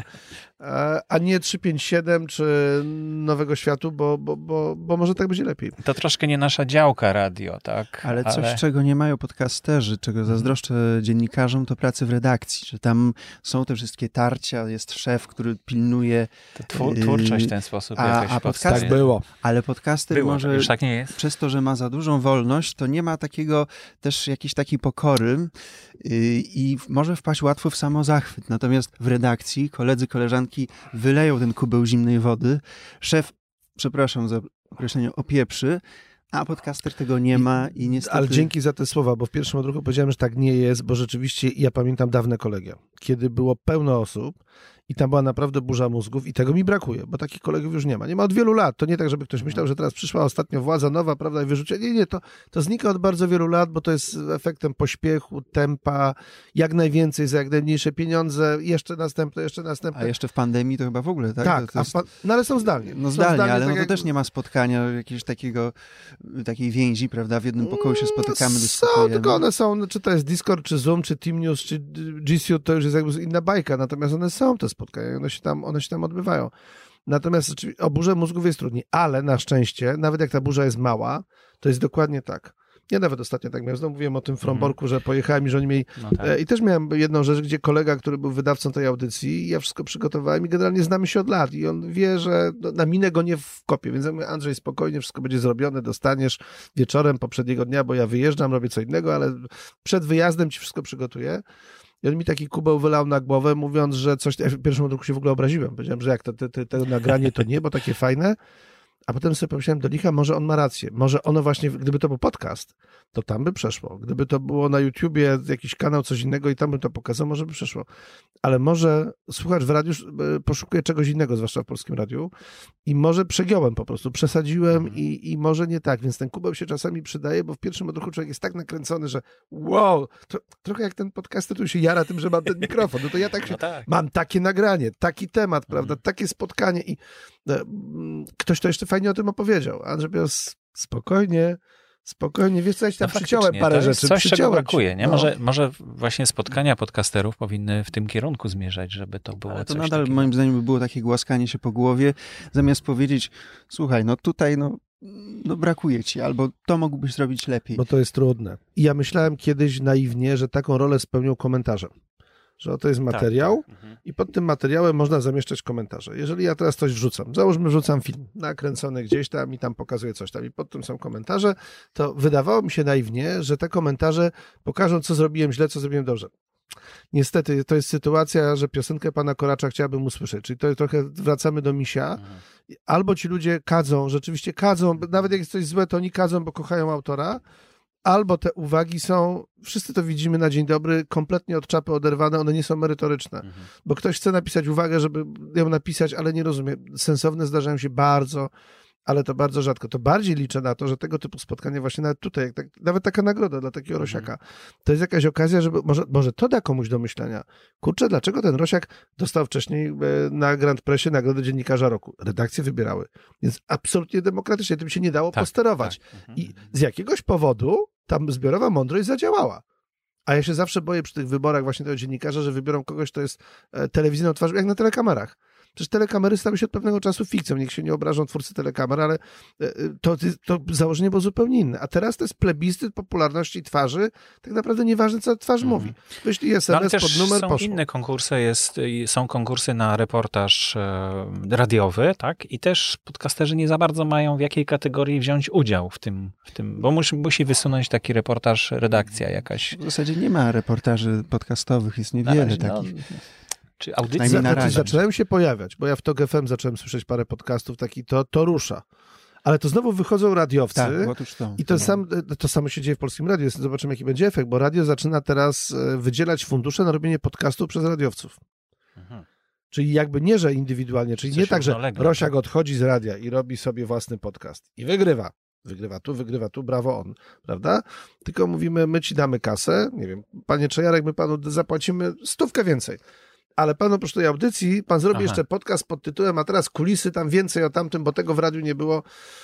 a nie trzysta pięćdziesiąt siedem czy Nowego Światu, bo, bo, bo, bo może tak będzie lepiej. To troszkę nie nasza działka radio, tak? Ale coś, Ale... czego nie mają podcasterzy, czego zazdroszczę dziennikarzom, to pracy w redakcji, że tam są te wszystkie tarcia, jest szef, który pilnuje... To twór, twórczość w ten sposób a, jakaś a podcaster, tak było. Ale podcaster było, może, już tak nie jest. przez to, że ma za dużą wolność, to nie ma takiego też jakiejś takiej pokory yy, i może wpaść łatwo w samozachwyt. Natomiast w redakcji koledzy, koleżanki wyleją ten kubeł zimnej wody, szef, przepraszam za określenie, opieprzy, a podcaster tego nie ma i niestety... Ale dzięki za te słowa, bo w pierwszym odruchu powiedziałem, że tak nie jest, bo rzeczywiście ja pamiętam dawne kolegia, kiedy było pełno osób i tam była naprawdę burza mózgów i tego mi brakuje, bo takich kolegów już nie ma. Nie ma od wielu lat. To nie tak, żeby ktoś myślał, że teraz przyszła ostatnio władza nowa, prawda, i wyrzuciła. Nie, nie, to, to znika od bardzo wielu lat, bo to jest efektem pośpiechu, tempa, jak najwięcej za jak najmniejsze pieniądze, jeszcze następne, jeszcze następne. A jeszcze w pandemii to chyba w ogóle, tak? Tak, to, to jest... pan... no ale są zdalnie. No zdalnie, zdalnie ale tak no to jak... też nie ma spotkania, jakiegoś takiego, takiej więzi, prawda? W jednym pokoju się spotykamy, no, dyskutujemy. Są, tylko one są, czy to jest Discord, czy Zoom, czy Team News, czy G Suite, to już jest jakby inna bajka, natomiast one są te spotkania, one się tam one się tam odbywają. Natomiast o burzę mózgów jest trudniej, ale na szczęście, nawet jak ta burza jest mała, to jest dokładnie tak. Ja nawet ostatnio tak miałem, znowu mówiłem o tym Fromborku, mm. że pojechałem i że oni mieli... No tak. I też miałem jedną rzecz, gdzie kolega, który był wydawcą tej audycji, ja wszystko przygotowałem i generalnie znamy się od lat i on wie, że na minę go nie wkopię, więc ja mówię, Andrzej, spokojnie, wszystko będzie zrobione, dostaniesz wieczorem poprzedniego dnia, bo ja wyjeżdżam, robię co innego, ale przed wyjazdem ci wszystko przygotuję. I on mi taki kubeł wylał na głowę, mówiąc, że coś... Ja w pierwszym odruchu się w ogóle obraziłem. Powiedziałem, że jak to, to, to, to nagranie to nie, bo takie fajne. A potem sobie pomyślałem, do licha, może on ma rację. Może ono właśnie, gdyby to był podcast, to tam by przeszło. Gdyby to było na YouTubie jakiś kanał, coś innego i tam bym to pokazał, może by przeszło. Ale może słuchacz w radiu poszukuje czegoś innego, zwłaszcza w Polskim Radiu i może przegiąłem po prostu, przesadziłem mm. i, i może nie tak. Więc ten kubeł się czasami przydaje, bo w pierwszym odruchu człowiek jest tak nakręcony, że wow, to, trochę jak ten podcaster, tu się jara tym, że mam ten mikrofon. No to ja tak, się, no tak. mam takie nagranie, taki temat, prawda, mm. takie spotkanie i e, ktoś to jeszcze fajnie o tym opowiedział. Andrzej powiedział, spokojnie, spokojnie, wiesz co, ja ci tam no przyciąłem parę to rzeczy. Coś, czego brakuje, nie? No. Może, może właśnie spotkania podcasterów powinny w tym kierunku zmierzać, żeby to było Ale to coś nadal takiego. Moim zdaniem by było takie głaskanie się po głowie, zamiast powiedzieć, słuchaj, no tutaj no, no brakuje ci, albo to mógłbyś zrobić lepiej. Bo to jest trudne. I ja myślałem kiedyś naiwnie, że taką rolę spełnią komentarze. Że to jest materiał tak, tak. i pod tym materiałem można zamieszczać komentarze. Jeżeli ja teraz coś wrzucam, załóżmy wrzucam film nakręcony gdzieś tam i tam pokazuję coś tam i pod tym są komentarze, to wydawało mi się naiwnie, że te komentarze pokażą, co zrobiłem źle, co zrobiłem dobrze. Niestety to jest sytuacja, że piosenkę pana Koracza chciałabym usłyszeć, czyli to trochę wracamy do misia. Mhm. Albo ci ludzie kadzą, rzeczywiście kadzą, nawet jak jest coś złe, to oni kadzą, bo kochają autora, albo te uwagi są, wszyscy to widzimy na dzień dobry, kompletnie od czapy oderwane, one nie są merytoryczne. Mhm. Bo ktoś chce napisać uwagę, żeby ją napisać, ale nie rozumie. Sensowne zdarzają się bardzo, ale to bardzo rzadko. To bardziej liczę na to, że tego typu spotkania właśnie nawet tutaj, jak tak, nawet taka nagroda dla takiego Rosiaka, mhm. to jest jakaś okazja, żeby, może, może to da komuś do myślenia. Kurczę, dlaczego ten Rosiak dostał wcześniej na Grand Pressie nagrodę Dziennikarza Roku? Redakcje wybierały. Więc absolutnie demokratycznie, tym się nie dało tak, posterować. Tak. Mhm. I z jakiegoś powodu tam zbiorowa mądrość zadziałała. A ja się zawsze boję przy tych wyborach właśnie tego dziennikarza, że wybiorą kogoś, kto jest telewizyjną twarzą, jak na telekamerach. Przecież telekamery stały się od pewnego czasu fikcją. Niech się nie obrażą twórcy telekamer, ale to, to założenie było zupełnie inne. A teraz to jest plebiscyt popularności twarzy. Tak naprawdę nieważne, co twarz mm. mówi. Wyślij es em es no, pod numer, są poszło. inne konkursy, jest, są konkursy na reportaż e, radiowy, tak? I też podcasterzy nie za bardzo mają w jakiej kategorii wziąć udział w tym, w tym bo musi, musi wysunąć taki reportaż redakcja jakaś. W zasadzie nie ma reportaży podcastowych, jest niewiele razie, takich. No, czy audycje znaczy, zaczynają się pojawiać, bo ja w Tok F M zacząłem słyszeć parę podcastów, taki to, to rusza. Ale to znowu wychodzą radiowcy tak, to, i to, no. sam, to samo się dzieje w Polskim Radiu. Zobaczymy, jaki będzie efekt, bo radio zaczyna teraz wydzielać fundusze na robienie podcastów przez radiowców. Mhm. Czyli jakby nie, że indywidualnie, czyli Coś nie tak, że legło, Rosiak tak? odchodzi z radia i robi sobie własny podcast i wygrywa. Wygrywa tu, wygrywa tu, brawo on, prawda? Tylko mówimy, my ci damy kasę, nie wiem, panie Czajarek, my panu zapłacimy stówkę więcej. Ale pan oprócz tej audycji, pan zrobi Aha. jeszcze podcast pod tytułem, a teraz kulisy, tam więcej o tamtym, bo tego w radiu nie było.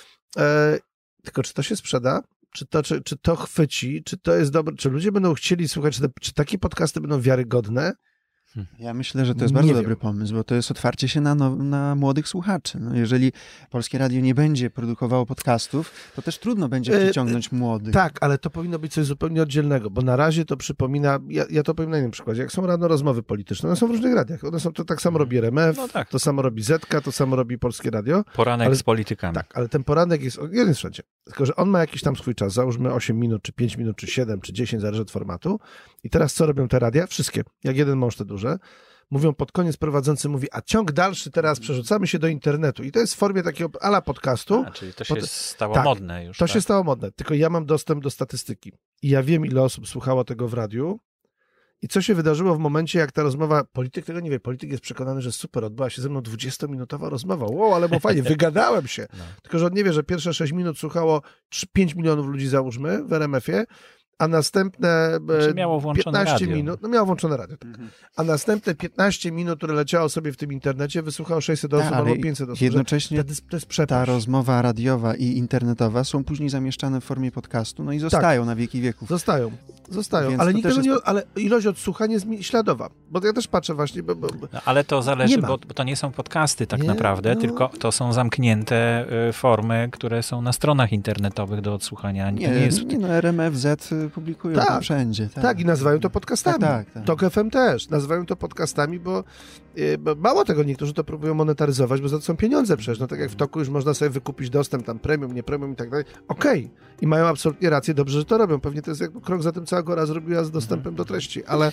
E, tylko czy to się sprzeda? Czy to, czy, czy to chwyci? Czy to jest dobre? Czy ludzie będą chcieli słuchać? Czy, te, czy takie podcasty będą wiarygodne? Ja myślę, że to jest bardzo nie dobry wiem. pomysł, bo to jest otwarcie się na, now, na młodych słuchaczy. No, jeżeli Polskie Radio nie będzie produkowało podcastów, to też trudno będzie przyciągnąć e, młodych. Tak, ale to powinno być coś zupełnie oddzielnego, bo na razie to przypomina, ja, ja to powiem na innym przykładzie, jak są rano rozmowy polityczne, one są w różnych radiach, one są, to tak samo robi R M F, no tak. to samo robi Zetka, to samo robi Polskie Radio. Poranek ale, z politykami. Tak, ale ten poranek jest, jeden jest wszędzie, tylko że on ma jakiś tam swój czas, załóżmy osiem minut, czy pięć minut, czy siedem, czy dziesięć, zależy od formatu. I teraz co robią te radia? Wszystkie, jak jeden mąż te duże. Mówią pod koniec, prowadzący mówi, a ciąg dalszy teraz przerzucamy się do internetu. I to jest w formie takiego ala podcastu. A, czyli to się pod... stało tak, modne już. To tak? się stało modne, tylko ja mam dostęp do statystyki. I ja wiem, ile osób słuchało tego w radiu. I co się wydarzyło w momencie, jak ta rozmowa, polityk tego nie wie, polityk jest przekonany, że super, odbyła się ze mną dwudziestominutowa rozmowa. Wow, ale było fajnie, wygadałem się. No. Tylko, że on nie wie, że pierwsze sześć minut słuchało pięć milionów ludzi, załóżmy, w R M F-ie, a następne miało piętnaście radio. minut, no miało włączone radio, tak. Mhm. A następne piętnaście minut, które leciało sobie w tym internecie, wysłuchało sześćset osób Ta, albo pięćset osób. Jednocześnie to jest, to jest przepaść. Ta rozmowa radiowa i internetowa są później zamieszczane w formie podcastu, no i zostają tak. na wieki wieków. Zostają, zostają, Więc ale nikt tego jest... nie, ale ilość odsłuchań jest śladowa, bo ja też patrzę właśnie, bo, bo... No, ale to zależy, bo, bo to nie są podcasty tak nie, naprawdę, no... tylko to są zamknięte y, formy, które są na stronach internetowych do odsłuchania. Nie, nie, jest... nie no, R M F Z publikują tak. to wszędzie. Tak. tak, i nazywają to podcastami. Tak, tak, tak. Tok F M też. Nazywają to podcastami, bo, bo mało tego, niektórzy to próbują monetaryzować, bo za to są pieniądze przecież. No tak jak w Toku już można sobie wykupić dostęp, tam premium, nie premium i tak dalej. Okej. Okay. I mają absolutnie rację, dobrze, że to robią. Pewnie to jest jakby krok za tym, co Agora zrobiła z dostępem do treści, ale...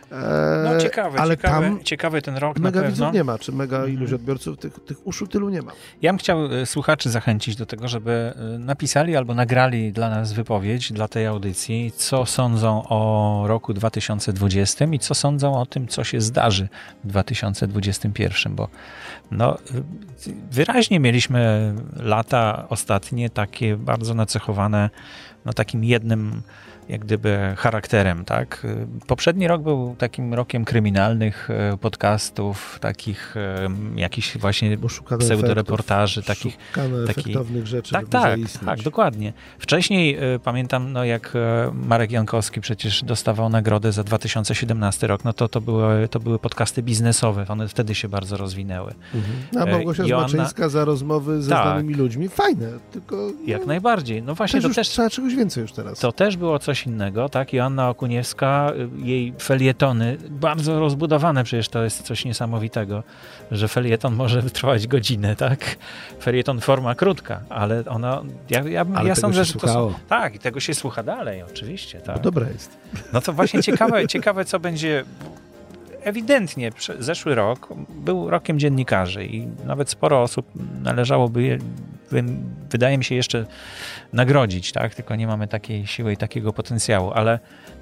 No ciekawe, ale ciekawe, tam ciekawy ten rok mega na pewno. widzów nie ma, czy mega ilość odbiorców, tych, tych uszu tylu nie ma. Ja bym chciał słuchaczy zachęcić do tego, żeby napisali albo nagrali dla nas wypowiedź dla tej audycji, co sądzą o roku dwa tysiące dwudziestym i co sądzą o tym, co się zdarzy w dwa tysiące dwudziestym pierwszym, bo no, wyraźnie mieliśmy lata ostatnie takie bardzo nacechowane no, takim jednym jak gdyby charakterem, tak? Poprzedni rok był takim rokiem kryminalnych podcastów, takich jakichś właśnie pseudoreportaży, takich, takich efektownych rzeczy. Tak, tak, tak, dokładnie. Wcześniej pamiętam, no jak Marek Jankowski przecież dostawał nagrodę za dwa tysiące siedemnasty rok, no to to były, to były podcasty biznesowe, one wtedy się bardzo rozwinęły. Mhm. A Małgosia Joanna... Zmaczyńska za rozmowy ze tak. znanymi ludźmi, fajne, tylko... Jak no, najbardziej. No właśnie, też to też... trzeba czegoś więcej już teraz. To też było coś innego, tak? Joanna Okuniewska, jej felietony, bardzo rozbudowane, przecież to jest coś niesamowitego, że felieton może wytrwać godzinę, tak? Felieton forma krótka, ale ona, ja, ja, ale ja tego sądzę, się że słuchało. to są, tak, i tego się słucha dalej, oczywiście, tak. Bo dobre jest. No to właśnie ciekawe, ciekawe, co będzie. Ewidentnie zeszły rok był rokiem dziennikarzy i nawet sporo osób należałoby je, wydaje mi się, jeszcze nagrodzić, tak? Tylko nie mamy takiej siły i takiego potencjału, ale,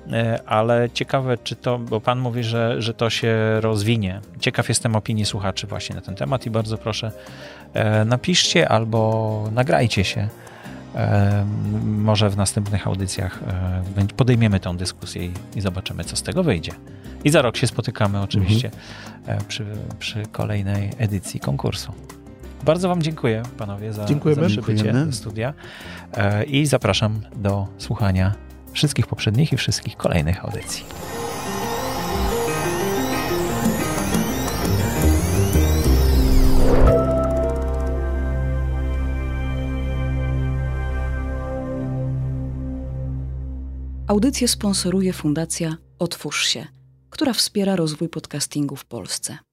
ale ciekawe, czy to, bo pan mówi, że, że to się rozwinie. Ciekaw jestem opinii słuchaczy właśnie na ten temat i bardzo proszę napiszcie albo nagrajcie się. Może w następnych audycjach podejmiemy tę dyskusję i, i zobaczymy, co z tego wyjdzie. I za rok się spotykamy oczywiście mhm. przy, przy kolejnej edycji konkursu. Bardzo wam dziękuję, panowie, za, za przybycie do studia i zapraszam do słuchania wszystkich poprzednich i wszystkich kolejnych audycji. Audycję sponsoruje Fundacja Otwórz się, która wspiera rozwój podcastingu w Polsce.